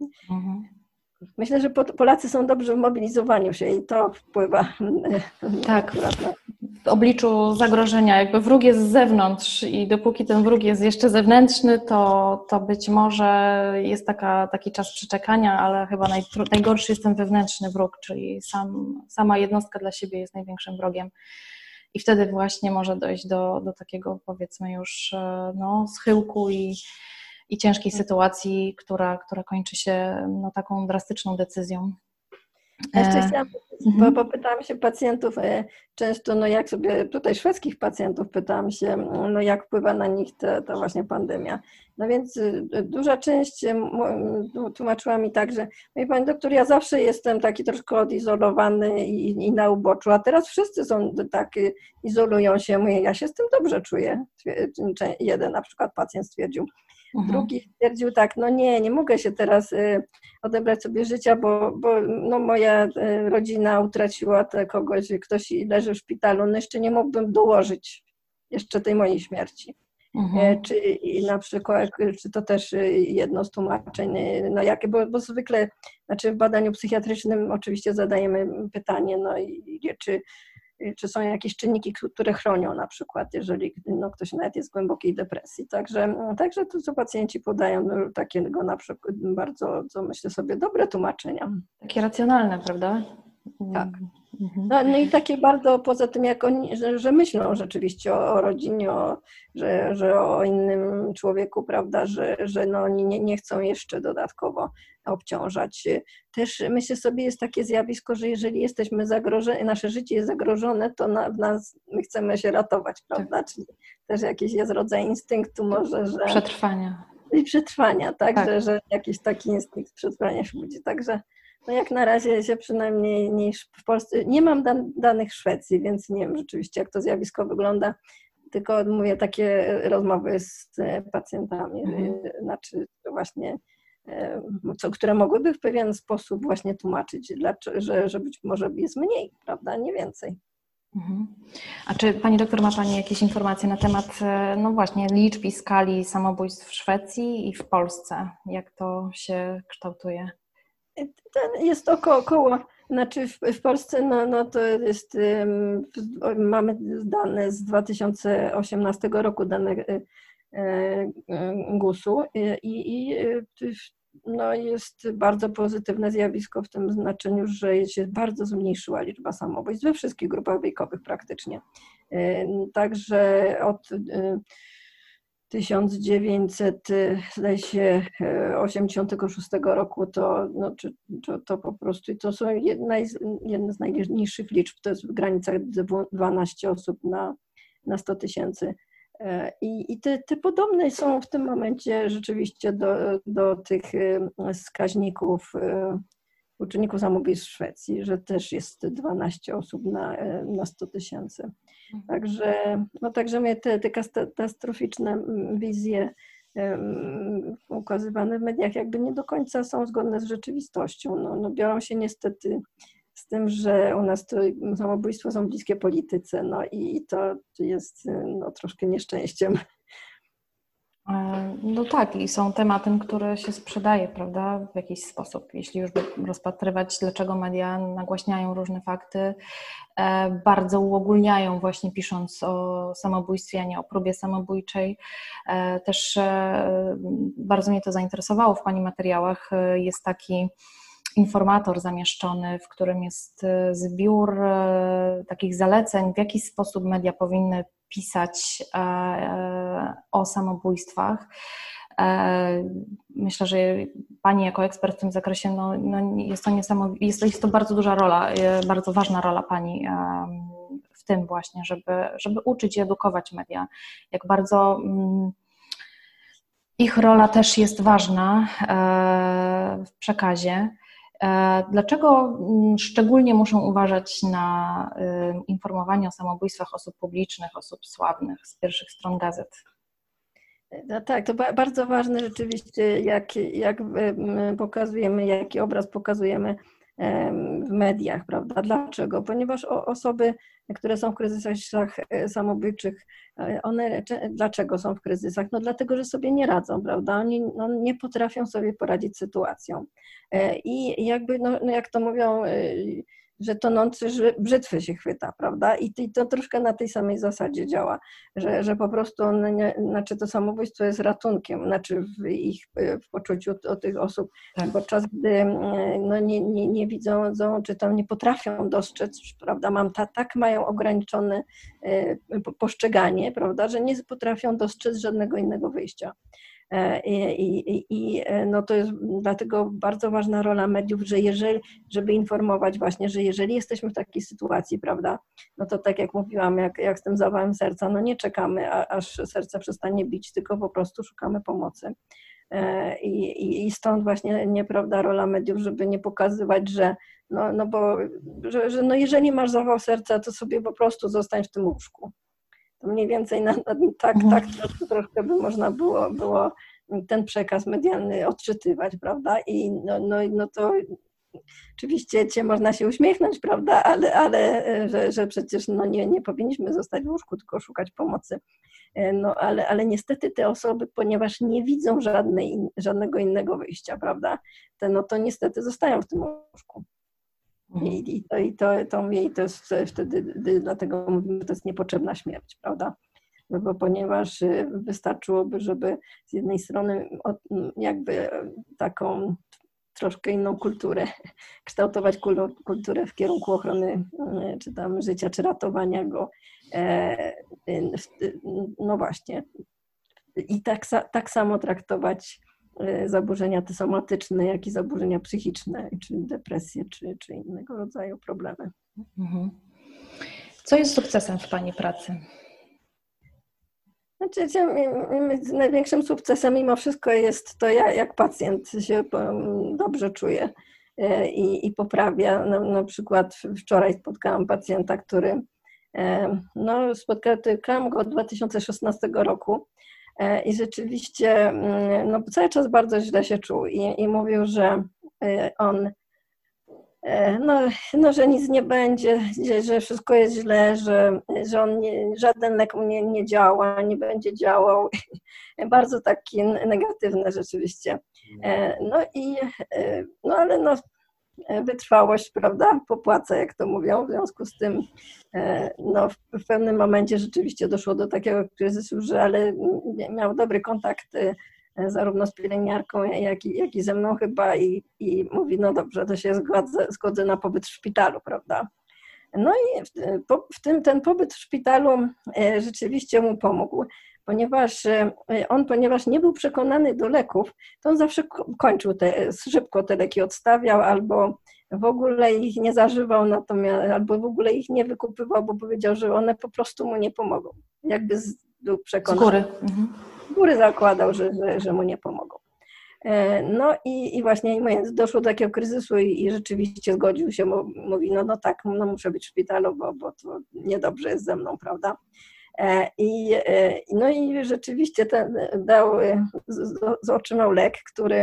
myślę, że Polacy są dobrze w mobilizowaniu się i to wpływa. Tak, w obliczu zagrożenia, jakby wróg jest z zewnątrz i dopóki ten wróg jest jeszcze zewnętrzny, to być może jest taki czas przeczekania, ale chyba najgorszy jest ten wewnętrzny wróg, czyli sama jednostka dla siebie jest największym wrogiem. I wtedy właśnie może dojść do takiego, powiedzmy już, no, schyłku i ciężkiej sytuacji, która kończy się no, taką drastyczną decyzją. Jeszcze chciałam, bo pytałam się pacjentów często, no jak sobie, tutaj szwedzkich pacjentów pytałam się, no jak wpływa na nich ta właśnie pandemia. No więc duża część tłumaczyła mi tak, że mówi pani doktor, ja zawsze jestem taki troszkę odizolowany i na uboczu, a teraz wszyscy są tak, izolują się, mówię, ja się z tym dobrze czuję. Jeden na przykład pacjent stwierdził. Drugi stwierdził tak, no nie mogę się teraz odebrać sobie życia, bo no moja rodzina utraciła kogoś, ktoś leży w szpitalu, no jeszcze nie mógłbym dołożyć jeszcze tej mojej śmierci. Czy na przykład, czy to też jedno z tłumaczeń, no jakie, bo zwykle, znaczy w badaniu psychiatrycznym oczywiście zadajemy pytanie, no i czy są jakieś czynniki, które chronią na przykład, jeżeli no, ktoś nawet jest w głębokiej depresji. Także to, co pacjenci podają, no, takiego na przykład bardzo, co myślę sobie, dobre tłumaczenia. Takie racjonalne, prawda? Tak. No i takie bardzo, poza tym jak oni, że myślą rzeczywiście o rodzinie, że o innym człowieku, prawda, że no oni nie chcą jeszcze dodatkowo obciążać. Też myślę sobie, jest takie zjawisko, że jeżeli jesteśmy zagrożeni, nasze życie jest zagrożone, to my chcemy się ratować, prawda? Tak. Czyli też jakiś jest rodzaj instynktu może, że... Przetrwania. I przetrwania, tak? Że jakiś taki instynkt przetrwania się budzi. Także no jak na razie się przynajmniej niż w Polsce, nie mam danych w Szwecji, więc nie wiem rzeczywiście, jak to zjawisko wygląda, tylko mówię takie rozmowy z pacjentami, znaczy właśnie, które mogłyby w pewien sposób właśnie tłumaczyć, że być może jest mniej, prawda, nie więcej. A czy pani doktor ma pani jakieś informacje na temat, no właśnie, liczb i skali samobójstw w Szwecji i w Polsce? Jak to się kształtuje? Jest około, znaczy w Polsce no to jest, mamy dane z 2018 roku, dane GUS-u i no jest bardzo pozytywne zjawisko w tym znaczeniu, że się bardzo zmniejszyła liczba samobójstw we wszystkich grupach wiekowych praktycznie. Także od 1986 roku to po prostu to są jedne z najniższych liczb, to jest w granicach 12 osób na 100 tysięcy. I te podobne są w tym momencie rzeczywiście do tych wskaźników uczynników samobójstw w Szwecji, że też jest 12 osób na 100 tysięcy. Także mnie te katastroficzne wizje ukazywane w mediach jakby nie do końca są zgodne z rzeczywistością. No biorą się niestety z tym, że u nas to samobójstwa są bliskie polityce, no i to jest troszkę nieszczęściem. No tak, i są tematem, który się sprzedaje, prawda, w jakiś sposób. Jeśli już by rozpatrywać, dlaczego media nagłaśniają różne fakty, bardzo uogólniają właśnie pisząc o samobójstwie, a nie o próbie samobójczej. Też bardzo mnie to zainteresowało w pani materiałach. Jest taki informator zamieszczony, w którym jest zbiór takich zaleceń, w jaki sposób media powinny pisać o samobójstwach. Myślę, że pani jako ekspert w tym zakresie, jest to bardzo duża rola, bardzo ważna rola pani w tym właśnie, żeby uczyć i edukować media, jak bardzo ich rola też jest ważna w przekazie. Dlaczego szczególnie muszą uważać na informowanie o samobójstwach osób publicznych, osób sławnych z pierwszych stron gazet? No tak, to bardzo ważne rzeczywiście, jak pokazujemy, jaki obraz pokazujemy w mediach, prawda? Dlaczego? Ponieważ osoby, które są w kryzysach samobójczych, one dlaczego są w kryzysach? No dlatego, że sobie nie radzą, prawda? Oni nie potrafią sobie poradzić z sytuacją. I jakby, jak to mówią, że tonący brzytwy się chwyta, prawda? I to troszkę na tej samej zasadzie działa, że po prostu znaczy to samobójstwo jest ratunkiem, znaczy w poczuciu tych osób, tak. Podczas gdy nie widzą, czy tam nie potrafią dostrzec, prawda, tak mają ograniczone postrzeganie, prawda, że nie potrafią dostrzec żadnego innego wyjścia. No to jest dlatego bardzo ważna rola mediów, żeby informować właśnie, że jeżeli jesteśmy w takiej sytuacji, prawda, no to tak jak mówiłam, jak z tym zawałem serca, no nie czekamy, aż serce przestanie bić, tylko po prostu szukamy pomocy. I stąd właśnie nieprawda rola mediów, żeby nie pokazywać, że jeżeli masz zawał serca, to sobie po prostu zostań w tym łóżku. To mniej więcej tak troszkę by można było ten przekaz medialny odczytywać, prawda? I no to oczywiście można się uśmiechnąć, prawda? Ale że przecież nie powinniśmy zostać w łóżku, tylko szukać pomocy. No ale niestety te osoby, ponieważ nie widzą żadnego innego wyjścia, prawda? To niestety zostają w tym łóżku. I to jest wtedy, dlatego mówimy, że to jest niepotrzebna śmierć, prawda? No bo ponieważ wystarczyłoby, żeby z jednej strony jakby taką troszkę inną kulturę, kształtować kulturę w kierunku ochrony czy tam życia, czy ratowania go. No właśnie. I tak samo traktować zaburzenia te somatyczne, jak i zaburzenia psychiczne, czy depresje, czy innego rodzaju problemy. Co jest sukcesem w Pani pracy? Znaczy, największym sukcesem mimo wszystko jest to, jak pacjent się dobrze czuje i poprawia. Na przykład wczoraj spotkałam pacjenta, który spotkałam go od 2016 roku i rzeczywiście cały czas bardzo źle się czuł i mówił, że on że nic nie będzie, że wszystko jest źle, że on żaden lek nie działa, nie będzie działał. Bardzo takie negatywne rzeczywiście. Ale wytrwałość, prawda, popłaca, jak to mówią. W związku z tym w pewnym momencie rzeczywiście doszło do takiego kryzysu, ale miał dobry kontakt zarówno z pielęgniarką, jak i ze mną chyba i mówi, no dobrze, to się zgodzę na pobyt w szpitalu, prawda. No i ten pobyt w szpitalu rzeczywiście mu pomógł, ponieważ nie był przekonany do leków, to on zawsze kończył szybko te leki odstawiał, albo w ogóle ich nie zażywał, albo w ogóle ich nie wykupywał, bo powiedział, że one po prostu mu nie pomogą. Jakby był przekonany. Z góry. Z góry zakładał, że mu nie pomogą. No i właśnie doszło do takiego kryzysu i rzeczywiście zgodził się, mówi, tak, muszę być w szpitalu, bo to niedobrze jest ze mną, prawda? I rzeczywiście otrzymał lek,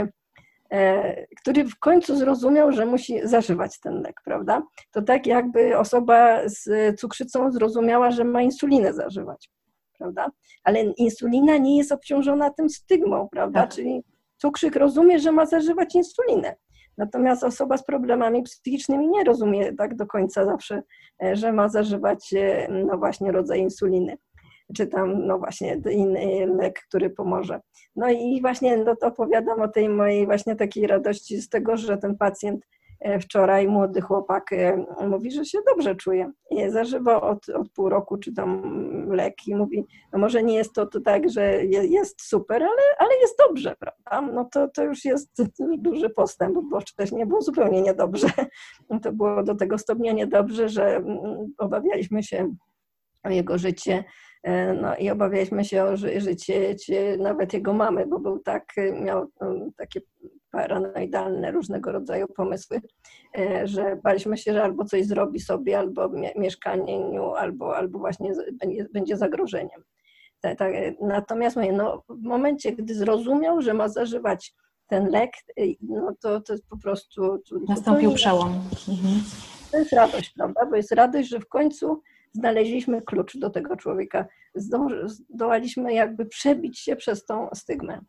który w końcu zrozumiał, że musi zażywać ten lek, prawda? To tak jakby osoba z cukrzycą zrozumiała, że ma insulinę zażywać, prawda? Ale insulina nie jest obciążona tym stygmą, prawda? Tak. Czyli cukrzyk rozumie, że ma zażywać insulinę. Natomiast osoba z problemami psychicznymi nie rozumie tak do końca zawsze, że ma zażywać właśnie rodzaj insuliny, czy tam właśnie inny lek, który pomoże. No i właśnie opowiadam o tej mojej właśnie takiej radości z tego, że ten pacjent wczoraj, młody chłopak, mówi, że się dobrze czuje. Zażywał od pół roku, czy tam lek i mówi, może nie jest to tak, że jest super, ale jest dobrze, prawda? No to już jest duży postęp, bo wcześniej było zupełnie niedobrze. To było do tego stopnia niedobrze, że obawialiśmy się o jego życie, i obawialiśmy się o życie nawet jego mamy, bo miał takie paranoidalne różnego rodzaju pomysły, że baliśmy się, że albo coś zrobi sobie, albo mieszkaniu, albo właśnie będzie zagrożeniem. Natomiast w momencie, gdy zrozumiał, że ma zażywać ten lek, to jest po prostu... Nastąpił przełom. To jest radość, prawda? Bo jest radość, że w końcu znaleźliśmy klucz do tego człowieka. Zdołaliśmy jakby przebić się przez tą stygmę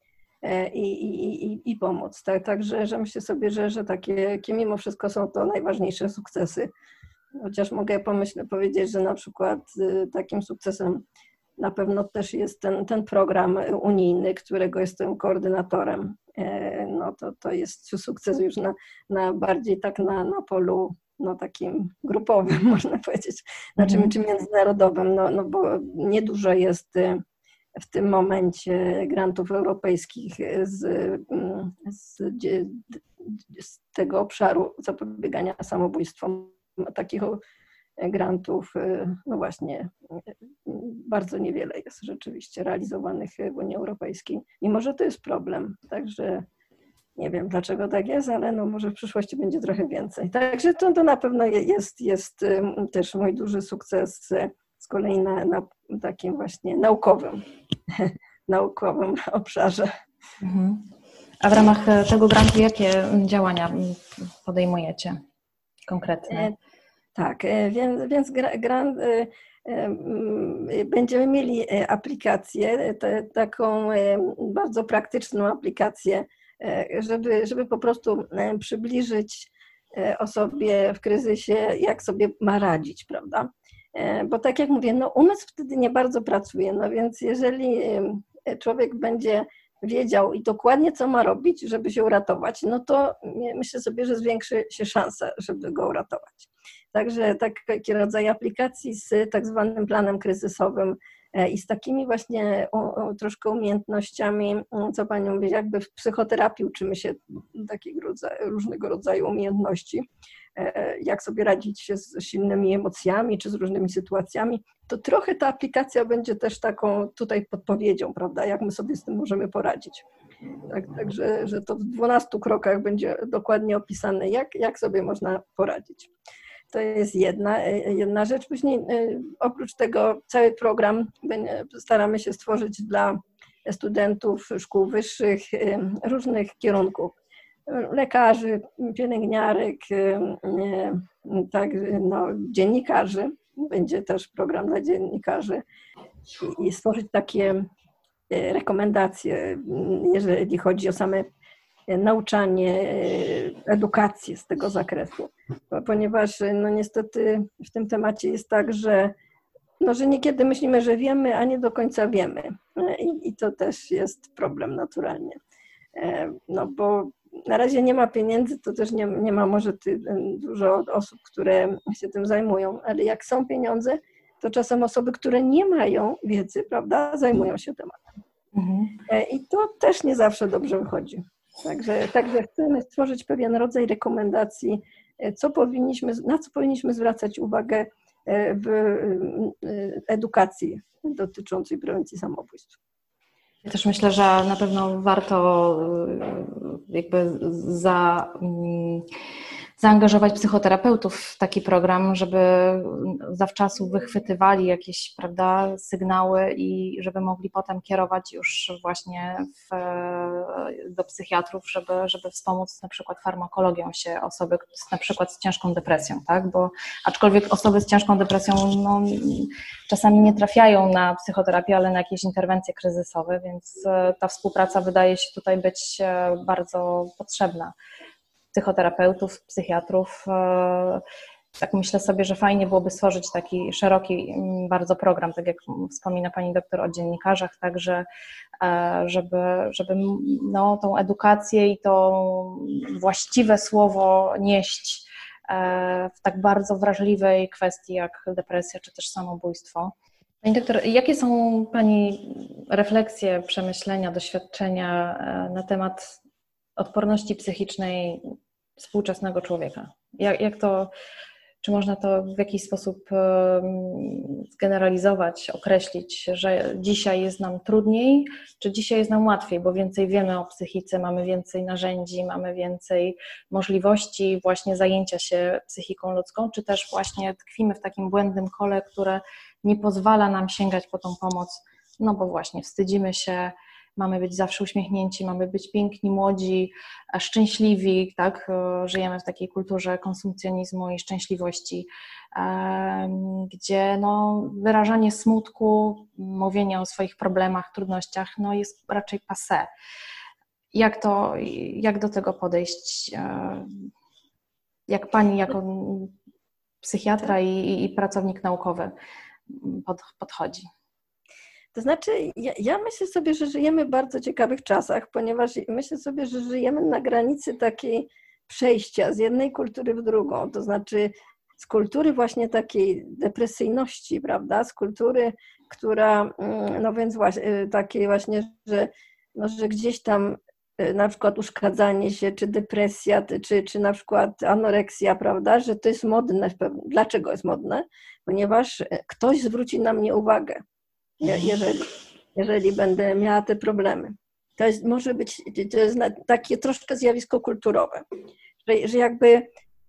i pomóc. Także że myślę sobie, że takie mimo wszystko są to najważniejsze sukcesy. Chociaż mogę powiedzieć, że na przykład takim sukcesem na pewno też jest ten program unijny, którego jestem koordynatorem. To jest sukces już na bardziej tak na polu takim grupowym, można powiedzieć, czy międzynarodowym, bo niedużo jest w tym momencie grantów europejskich z tego obszaru zapobiegania samobójstwom. Takich grantów, właśnie bardzo niewiele jest rzeczywiście realizowanych w Unii Europejskiej, mimo że to jest problem, także nie wiem, dlaczego tak jest, ale może w przyszłości będzie trochę więcej. Także to na pewno jest też mój duży sukces z kolei na takim właśnie naukowym obszarze. A w ramach tego grantu jakie działania podejmujecie konkretnie? Tak, więc grant, będziemy mieli aplikację, taką bardzo praktyczną aplikację, żeby po prostu przybliżyć osobie w kryzysie, jak sobie ma radzić, prawda? Bo tak jak mówię, umysł wtedy nie bardzo pracuje, więc jeżeli człowiek będzie wiedział i dokładnie co ma robić, żeby się uratować, no to myślę sobie, że zwiększy się szansa, żeby go uratować. Także taki rodzaj aplikacji z tak zwanym planem kryzysowym i z takimi właśnie troszkę umiejętnościami, co Pani mówi, jakby w psychoterapii uczymy się różnego rodzaju umiejętności, jak sobie radzić się z silnymi emocjami czy z różnymi sytuacjami, to trochę ta aplikacja będzie też taką tutaj podpowiedzią, prawda, jak my sobie z tym możemy poradzić. Także że to w 12 krokach będzie dokładnie opisane, jak sobie można poradzić. To jest jedna rzecz. Później oprócz tego cały program staramy się stworzyć dla studentów szkół wyższych różnych kierunków. Lekarzy, pielęgniarek, tak, no, dziennikarzy. Będzie też program dla dziennikarzy i stworzyć takie rekomendacje, jeżeli chodzi o same nauczanie, edukację z tego zakresu. Ponieważ no niestety w tym temacie jest tak, że niekiedy myślimy, że wiemy, a nie do końca wiemy. I to też jest problem naturalnie. No bo na razie nie ma pieniędzy, to też nie ma może dużo osób, które się tym zajmują, ale jak są pieniądze, to czasem osoby, które nie mają wiedzy, prawda, zajmują się tematem. I to też nie zawsze dobrze wychodzi. Także chcemy stworzyć pewien rodzaj rekomendacji, na co powinniśmy zwracać uwagę w edukacji dotyczącej prewencji samobójstw. Ja też myślę, że na pewno warto jakby zaangażować psychoterapeutów w taki program, żeby zawczasu wychwytywali jakieś, prawda, sygnały i żeby mogli potem kierować już właśnie do psychiatrów, żeby wspomóc na przykład farmakologią się osoby na przykład z ciężką depresją, tak? Bo aczkolwiek osoby z ciężką depresją czasami nie trafiają na psychoterapię, ale na jakieś interwencje kryzysowe, więc ta współpraca wydaje się tutaj być bardzo potrzebna. Psychoterapeutów, psychiatrów. Tak myślę sobie, że fajnie byłoby stworzyć taki szeroki bardzo program, tak jak wspomina Pani doktor o dziennikarzach, także żeby tą edukację i to właściwe słowo nieść w tak bardzo wrażliwej kwestii jak depresja czy też samobójstwo. Pani doktor, jakie są Pani refleksje, przemyślenia, doświadczenia na temat odporności psychicznej współczesnego człowieka? Czy można to w jakiś sposób zgeneralizować, określić, że dzisiaj jest nam trudniej, czy dzisiaj jest nam łatwiej, bo więcej wiemy o psychice, mamy więcej narzędzi, mamy więcej możliwości właśnie zajęcia się psychiką ludzką, czy też właśnie tkwimy w takim błędnym kole, które nie pozwala nam sięgać po tą pomoc, no bo właśnie wstydzimy się, mamy być zawsze uśmiechnięci, mamy być piękni, młodzi, szczęśliwi, tak? Żyjemy w takiej kulturze konsumpcjonizmu i szczęśliwości, gdzie wyrażanie smutku, mówienie o swoich problemach, trudnościach jest raczej passé. Jak do tego podejść? Jak Pani jako psychiatra i pracownik naukowy podchodzi? To znaczy, ja myślę sobie, że żyjemy w bardzo ciekawych czasach, ponieważ myślę sobie, że żyjemy na granicy takiej przejścia z jednej kultury w drugą, to znaczy z kultury właśnie takiej depresyjności, prawda, z kultury, która, więc właśnie takiej właśnie, że gdzieś tam na przykład uszkadzanie się, czy depresja, czy na przykład anoreksja, prawda, że to jest modne. Dlaczego jest modne? Ponieważ ktoś zwróci na mnie uwagę. Jeżeli będę miała te problemy. Może być takie troszkę zjawisko kulturowe, że jakby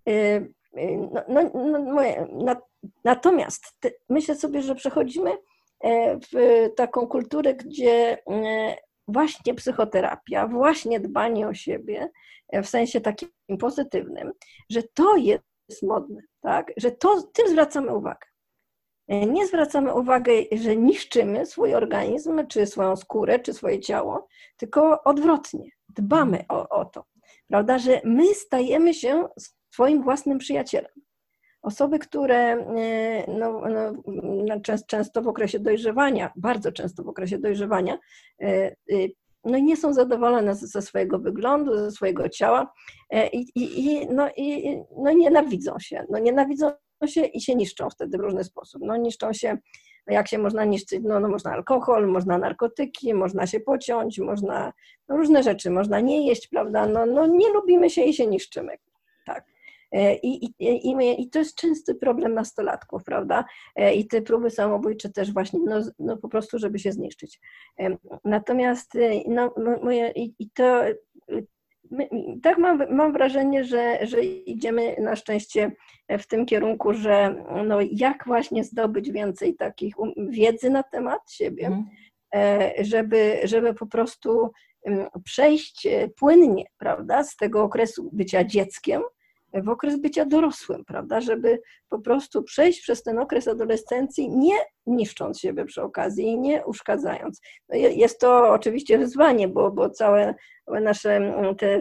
natomiast myślę sobie, że przechodzimy w taką kulturę, gdzie właśnie psychoterapia, właśnie dbanie o siebie w sensie takim pozytywnym, że to jest modne, tak? Że tym zwracamy uwagę. Nie zwracamy uwagi, że niszczymy swój organizm, czy swoją skórę, czy swoje ciało, tylko odwrotnie, dbamy o to, prawda, że my stajemy się swoim własnym przyjacielem. Osoby, które często w okresie dojrzewania, bardzo często w okresie dojrzewania, no nie są zadowolone ze swojego wyglądu, ze swojego ciała i nienawidzą się. No nienawidzą się i się niszczą wtedy w różny sposób. No niszczą się, jak się można niszczyć, no można alkohol, można narkotyki, można się pociąć, można różne rzeczy, można nie jeść, prawda, no nie lubimy się i się niszczymy, tak. I to jest częsty problem nastolatków, prawda? I te próby samobójcze też właśnie, no po prostu, żeby się zniszczyć. Natomiast tak mam wrażenie, że idziemy na szczęście w tym kierunku, że no jak właśnie zdobyć więcej takich wiedzy na temat siebie, żeby po prostu przejść płynnie, prawda, z tego okresu bycia dzieckiem w okres bycia dorosłym, prawda, żeby po prostu przejść przez ten okres adolescencji, nie niszcząc siebie przy okazji i nie uszkadzając. No jest to oczywiście wyzwanie, bo całe nasze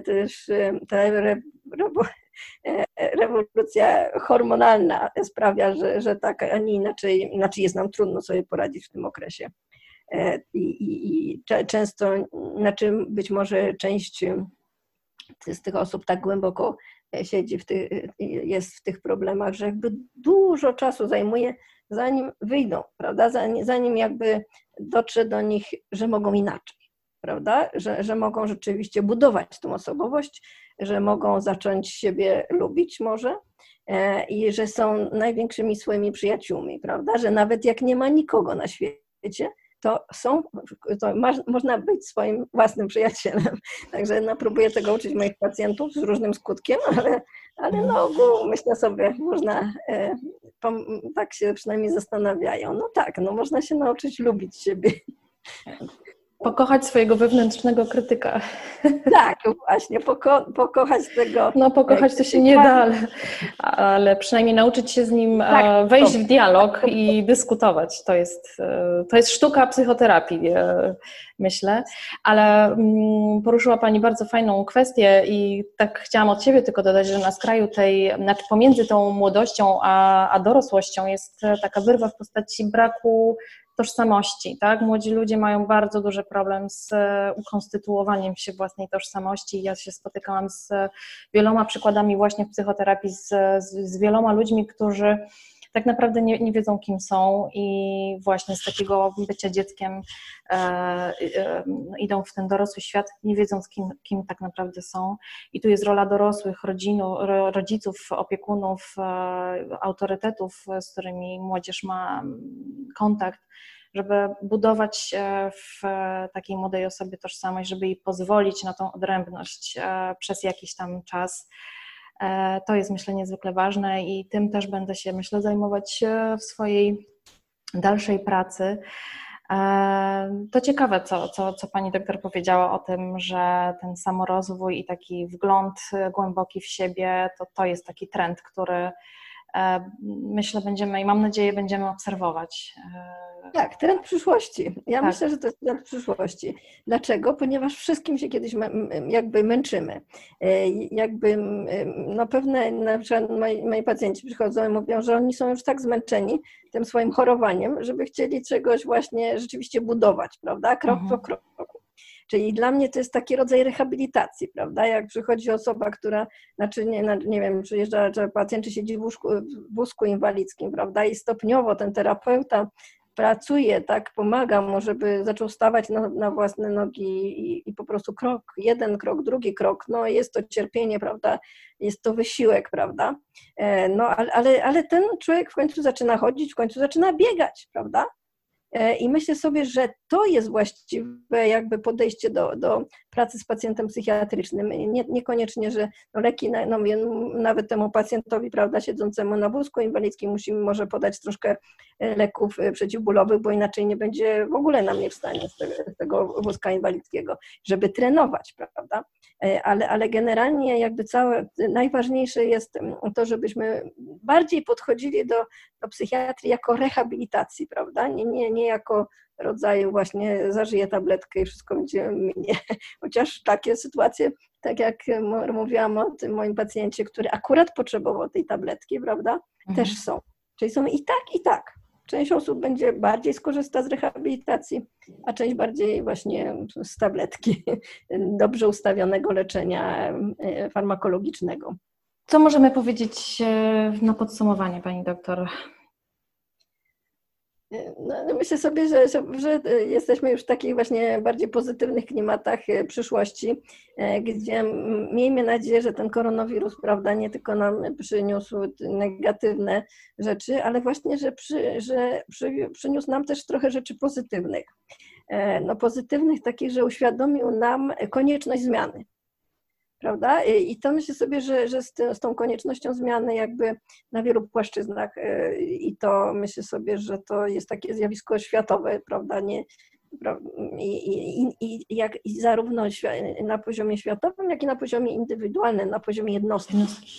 rewolucja hormonalna sprawia, że tak, a nie inaczej jest nam trudno sobie poradzić w tym okresie. I często, znaczy być może część z tych osób tak głęboko siedzi jest w tych problemach, że jakby dużo czasu zajmuje, zanim wyjdą, prawda, zanim jakby dotrze do nich, że mogą inaczej, prawda, że mogą rzeczywiście budować tą osobowość, że mogą zacząć siebie lubić może i że są największymi swoimi przyjaciółmi, prawda, że nawet jak nie ma nikogo na świecie, to można być swoim własnym przyjacielem. Także próbuję tego uczyć moich pacjentów z różnym skutkiem, ale na ogół myślę sobie, można, tak się przynajmniej zastanawiają, no tak, no można się nauczyć lubić siebie. Pokochać swojego wewnętrznego krytyka. Tak, właśnie, pokochać tego. No pokochać to się nie da, ale przynajmniej nauczyć się z nim wejść w dialog i dyskutować. To jest sztuka psychoterapii, myślę. Ale poruszyła Pani bardzo fajną kwestię i tak chciałam od siebie tylko dodać, że na skraju znaczy pomiędzy tą młodością a dorosłością jest taka wyrwa w postaci braku tożsamości, tak? Młodzi ludzie mają bardzo duży problem z ukonstytuowaniem się własnej tożsamości. Ja się spotykałam z wieloma przykładami właśnie w psychoterapii, z wieloma ludźmi, którzy tak naprawdę nie wiedzą, kim są i właśnie z takiego bycia dzieckiem idą w ten dorosły świat, nie wiedząc, kim tak naprawdę są. I tu jest rola dorosłych, rodziców, opiekunów, autorytetów, z którymi młodzież ma kontakt, żeby budować w takiej młodej osobie tożsamość, żeby jej pozwolić na tą odrębność przez jakiś tam czas. To jest, myślę, niezwykle ważne i tym też będę się, myślę, zajmować w swojej dalszej pracy. To ciekawe, co Pani doktor powiedziała o tym, że ten samorozwój i taki wgląd głęboki w siebie, to jest taki trend, który myślę będziemy i mam nadzieję będziemy obserwować. Tak, trend przyszłości. Ja myślę, że to jest trend przyszłości. Dlaczego? Ponieważ wszystkim się kiedyś jakby męczymy. Jakby no pewne, na przykład moi pacjenci przychodzą i mówią, że oni są już tak zmęczeni tym swoim chorowaniem, żeby chcieli czegoś właśnie rzeczywiście budować, prawda? Krok po kroku. Czyli dla mnie to jest taki rodzaj rehabilitacji, prawda? Jak przychodzi osoba, która, znaczy nie wiem, przyjeżdża, że pacjent siedzi w wózku inwalidzkim, prawda? I stopniowo ten terapeuta pracuje, tak, pomaga mu, żeby zaczął stawać na własne nogi i po prostu jeden krok, drugi krok, no jest to cierpienie, prawda, jest to wysiłek, prawda, no ale ten człowiek w końcu zaczyna chodzić, w końcu zaczyna biegać, prawda. I myślę sobie, że to jest właściwe jakby podejście do pracy z pacjentem psychiatrycznym. Niekoniecznie, że leki, nawet temu pacjentowi, prawda, siedzącemu na wózku inwalidzkim musimy może podać troszkę leków przeciwbólowych, bo inaczej nie będzie w ogóle nam nie wstanie z tego wózka inwalidzkiego, żeby trenować, prawda. Ale generalnie jakby najważniejsze jest to, żebyśmy bardziej podchodzili do psychiatrii jako rehabilitacji, prawda, nie jako rodzaju właśnie zażyję tabletkę i wszystko będzie minie. Chociaż takie sytuacje, tak jak mówiłam o tym moim pacjencie, który akurat potrzebował tej tabletki, prawda, też są. Czyli są i tak, i tak. część osób będzie bardziej skorzysta z rehabilitacji, a część bardziej właśnie z tabletki, dobrze ustawionego leczenia farmakologicznego. Co możemy powiedzieć na podsumowanie, pani doktor? No, myślę sobie, że jesteśmy już w takich właśnie bardziej pozytywnych klimatach przyszłości, gdzie miejmy nadzieję, że ten koronawirus, prawda, nie tylko nam przyniósł negatywne rzeczy, ale właśnie, że przyniósł nam też trochę rzeczy pozytywnych. No, pozytywnych takich, że uświadomił nam konieczność zmiany. Prawda? I to myślę sobie, że z tą koniecznością zmiany jakby na wielu płaszczyznach i to myślę sobie, że to jest takie zjawisko światowe, prawda? I zarówno na poziomie światowym, jak i na poziomie indywidualnym, na poziomie jednostki,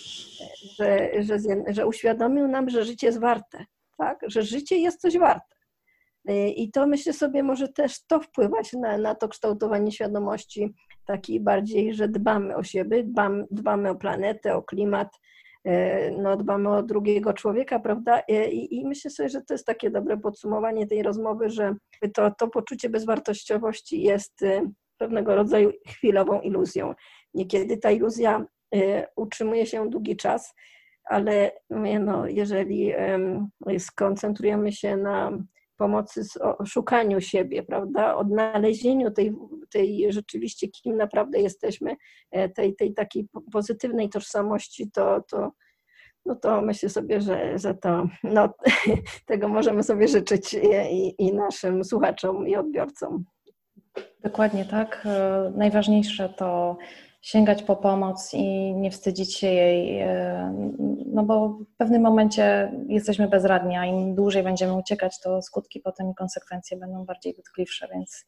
że uświadomił nam, że życie jest warte, tak? Że życie jest coś warte. I to myślę sobie może też to wpływać na to kształtowanie świadomości takiej bardziej, że dbamy o siebie, dbamy o planetę, o klimat, no dbamy o drugiego człowieka, prawda? I myślę sobie, że to jest takie dobre podsumowanie tej rozmowy, że to poczucie bezwartościowości jest pewnego rodzaju chwilową iluzją. Niekiedy ta iluzja utrzymuje się długi czas, ale no, jeżeli skoncentrujemy się na pomocy w szukaniu siebie, prawda, odnalezieniu tej rzeczywiście, kim naprawdę jesteśmy, tej takiej pozytywnej tożsamości, to myślę sobie, że to, no, tego możemy sobie życzyć i naszym słuchaczom i odbiorcom. Dokładnie tak. Najważniejsze to sięgać po pomoc i nie wstydzić się jej, no bo w pewnym momencie jesteśmy bezradni, a im dłużej będziemy uciekać, to skutki potem i konsekwencje będą bardziej dotkliwsze, więc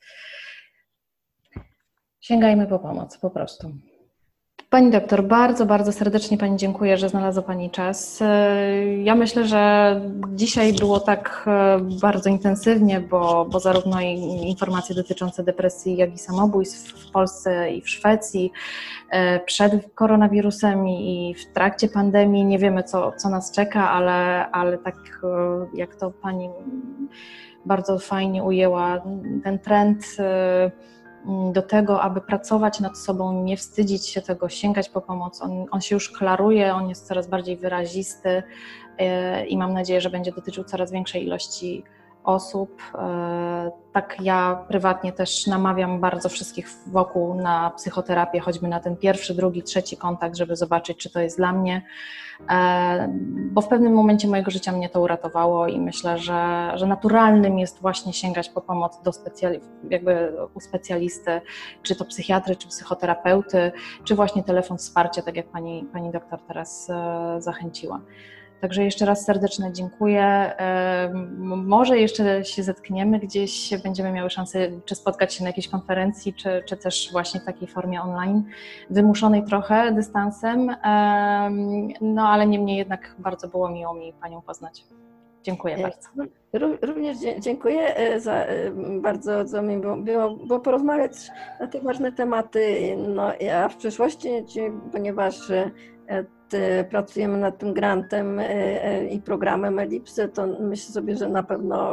sięgajmy po pomoc po prostu. Pani doktor, bardzo, bardzo serdecznie Pani dziękuję, że znalazła Pani czas. Ja myślę, że dzisiaj było tak bardzo intensywnie, bo zarówno informacje dotyczące depresji, jak i samobójstw w Polsce i w Szwecji, przed koronawirusem i w trakcie pandemii, nie wiemy co nas czeka, ale tak jak to Pani bardzo fajnie ujęła, ten trend do tego, aby pracować nad sobą, nie wstydzić się tego, sięgać po pomoc. On się już klaruje, on jest coraz bardziej wyrazisty i mam nadzieję, że będzie dotyczył coraz większej ilości osób. Tak ja prywatnie też namawiam bardzo wszystkich wokół na psychoterapię, choćby na ten pierwszy, drugi, trzeci kontakt, żeby zobaczyć, czy to jest dla mnie, bo w pewnym momencie mojego życia mnie to uratowało i myślę, że naturalnym jest właśnie sięgać po pomoc u specjalisty, czy to psychiatry, czy psychoterapeuty, czy właśnie telefon wsparcia, tak jak pani doktor teraz zachęciła. Także jeszcze raz serdeczne dziękuję. Może jeszcze się zetkniemy gdzieś, będziemy miały szansę czy spotkać się na jakiejś konferencji, czy też właśnie w takiej formie online, wymuszonej trochę dystansem, no ale niemniej jednak bardzo było miło mi Panią poznać. Dziękuję bardzo. Również dziękuję bardzo, co mi było porozmawiać na te ważne tematy. No, a w przyszłości, ponieważ pracujemy nad tym grantem i programem Elipsy, to myślę sobie, że na pewno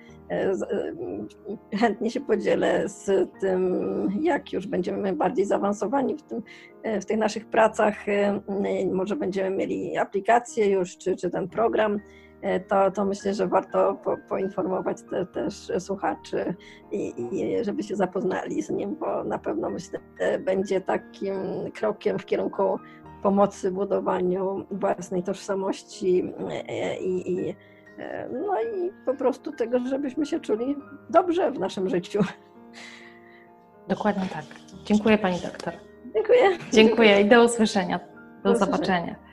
chętnie się podzielę z tym, jak już będziemy bardziej zaawansowani w tych naszych pracach. Może będziemy mieli aplikację już, czy ten program. To myślę, że warto poinformować też słuchaczy i żeby się zapoznali z nim, bo na pewno myślę, że będzie takim krokiem w kierunku pomocy w budowaniu własnej tożsamości no i po prostu tego, żebyśmy się czuli dobrze w naszym życiu. Dokładnie tak. Dziękuję Pani doktor. Dziękuję. Dziękuję i do usłyszenia. Do zobaczenia.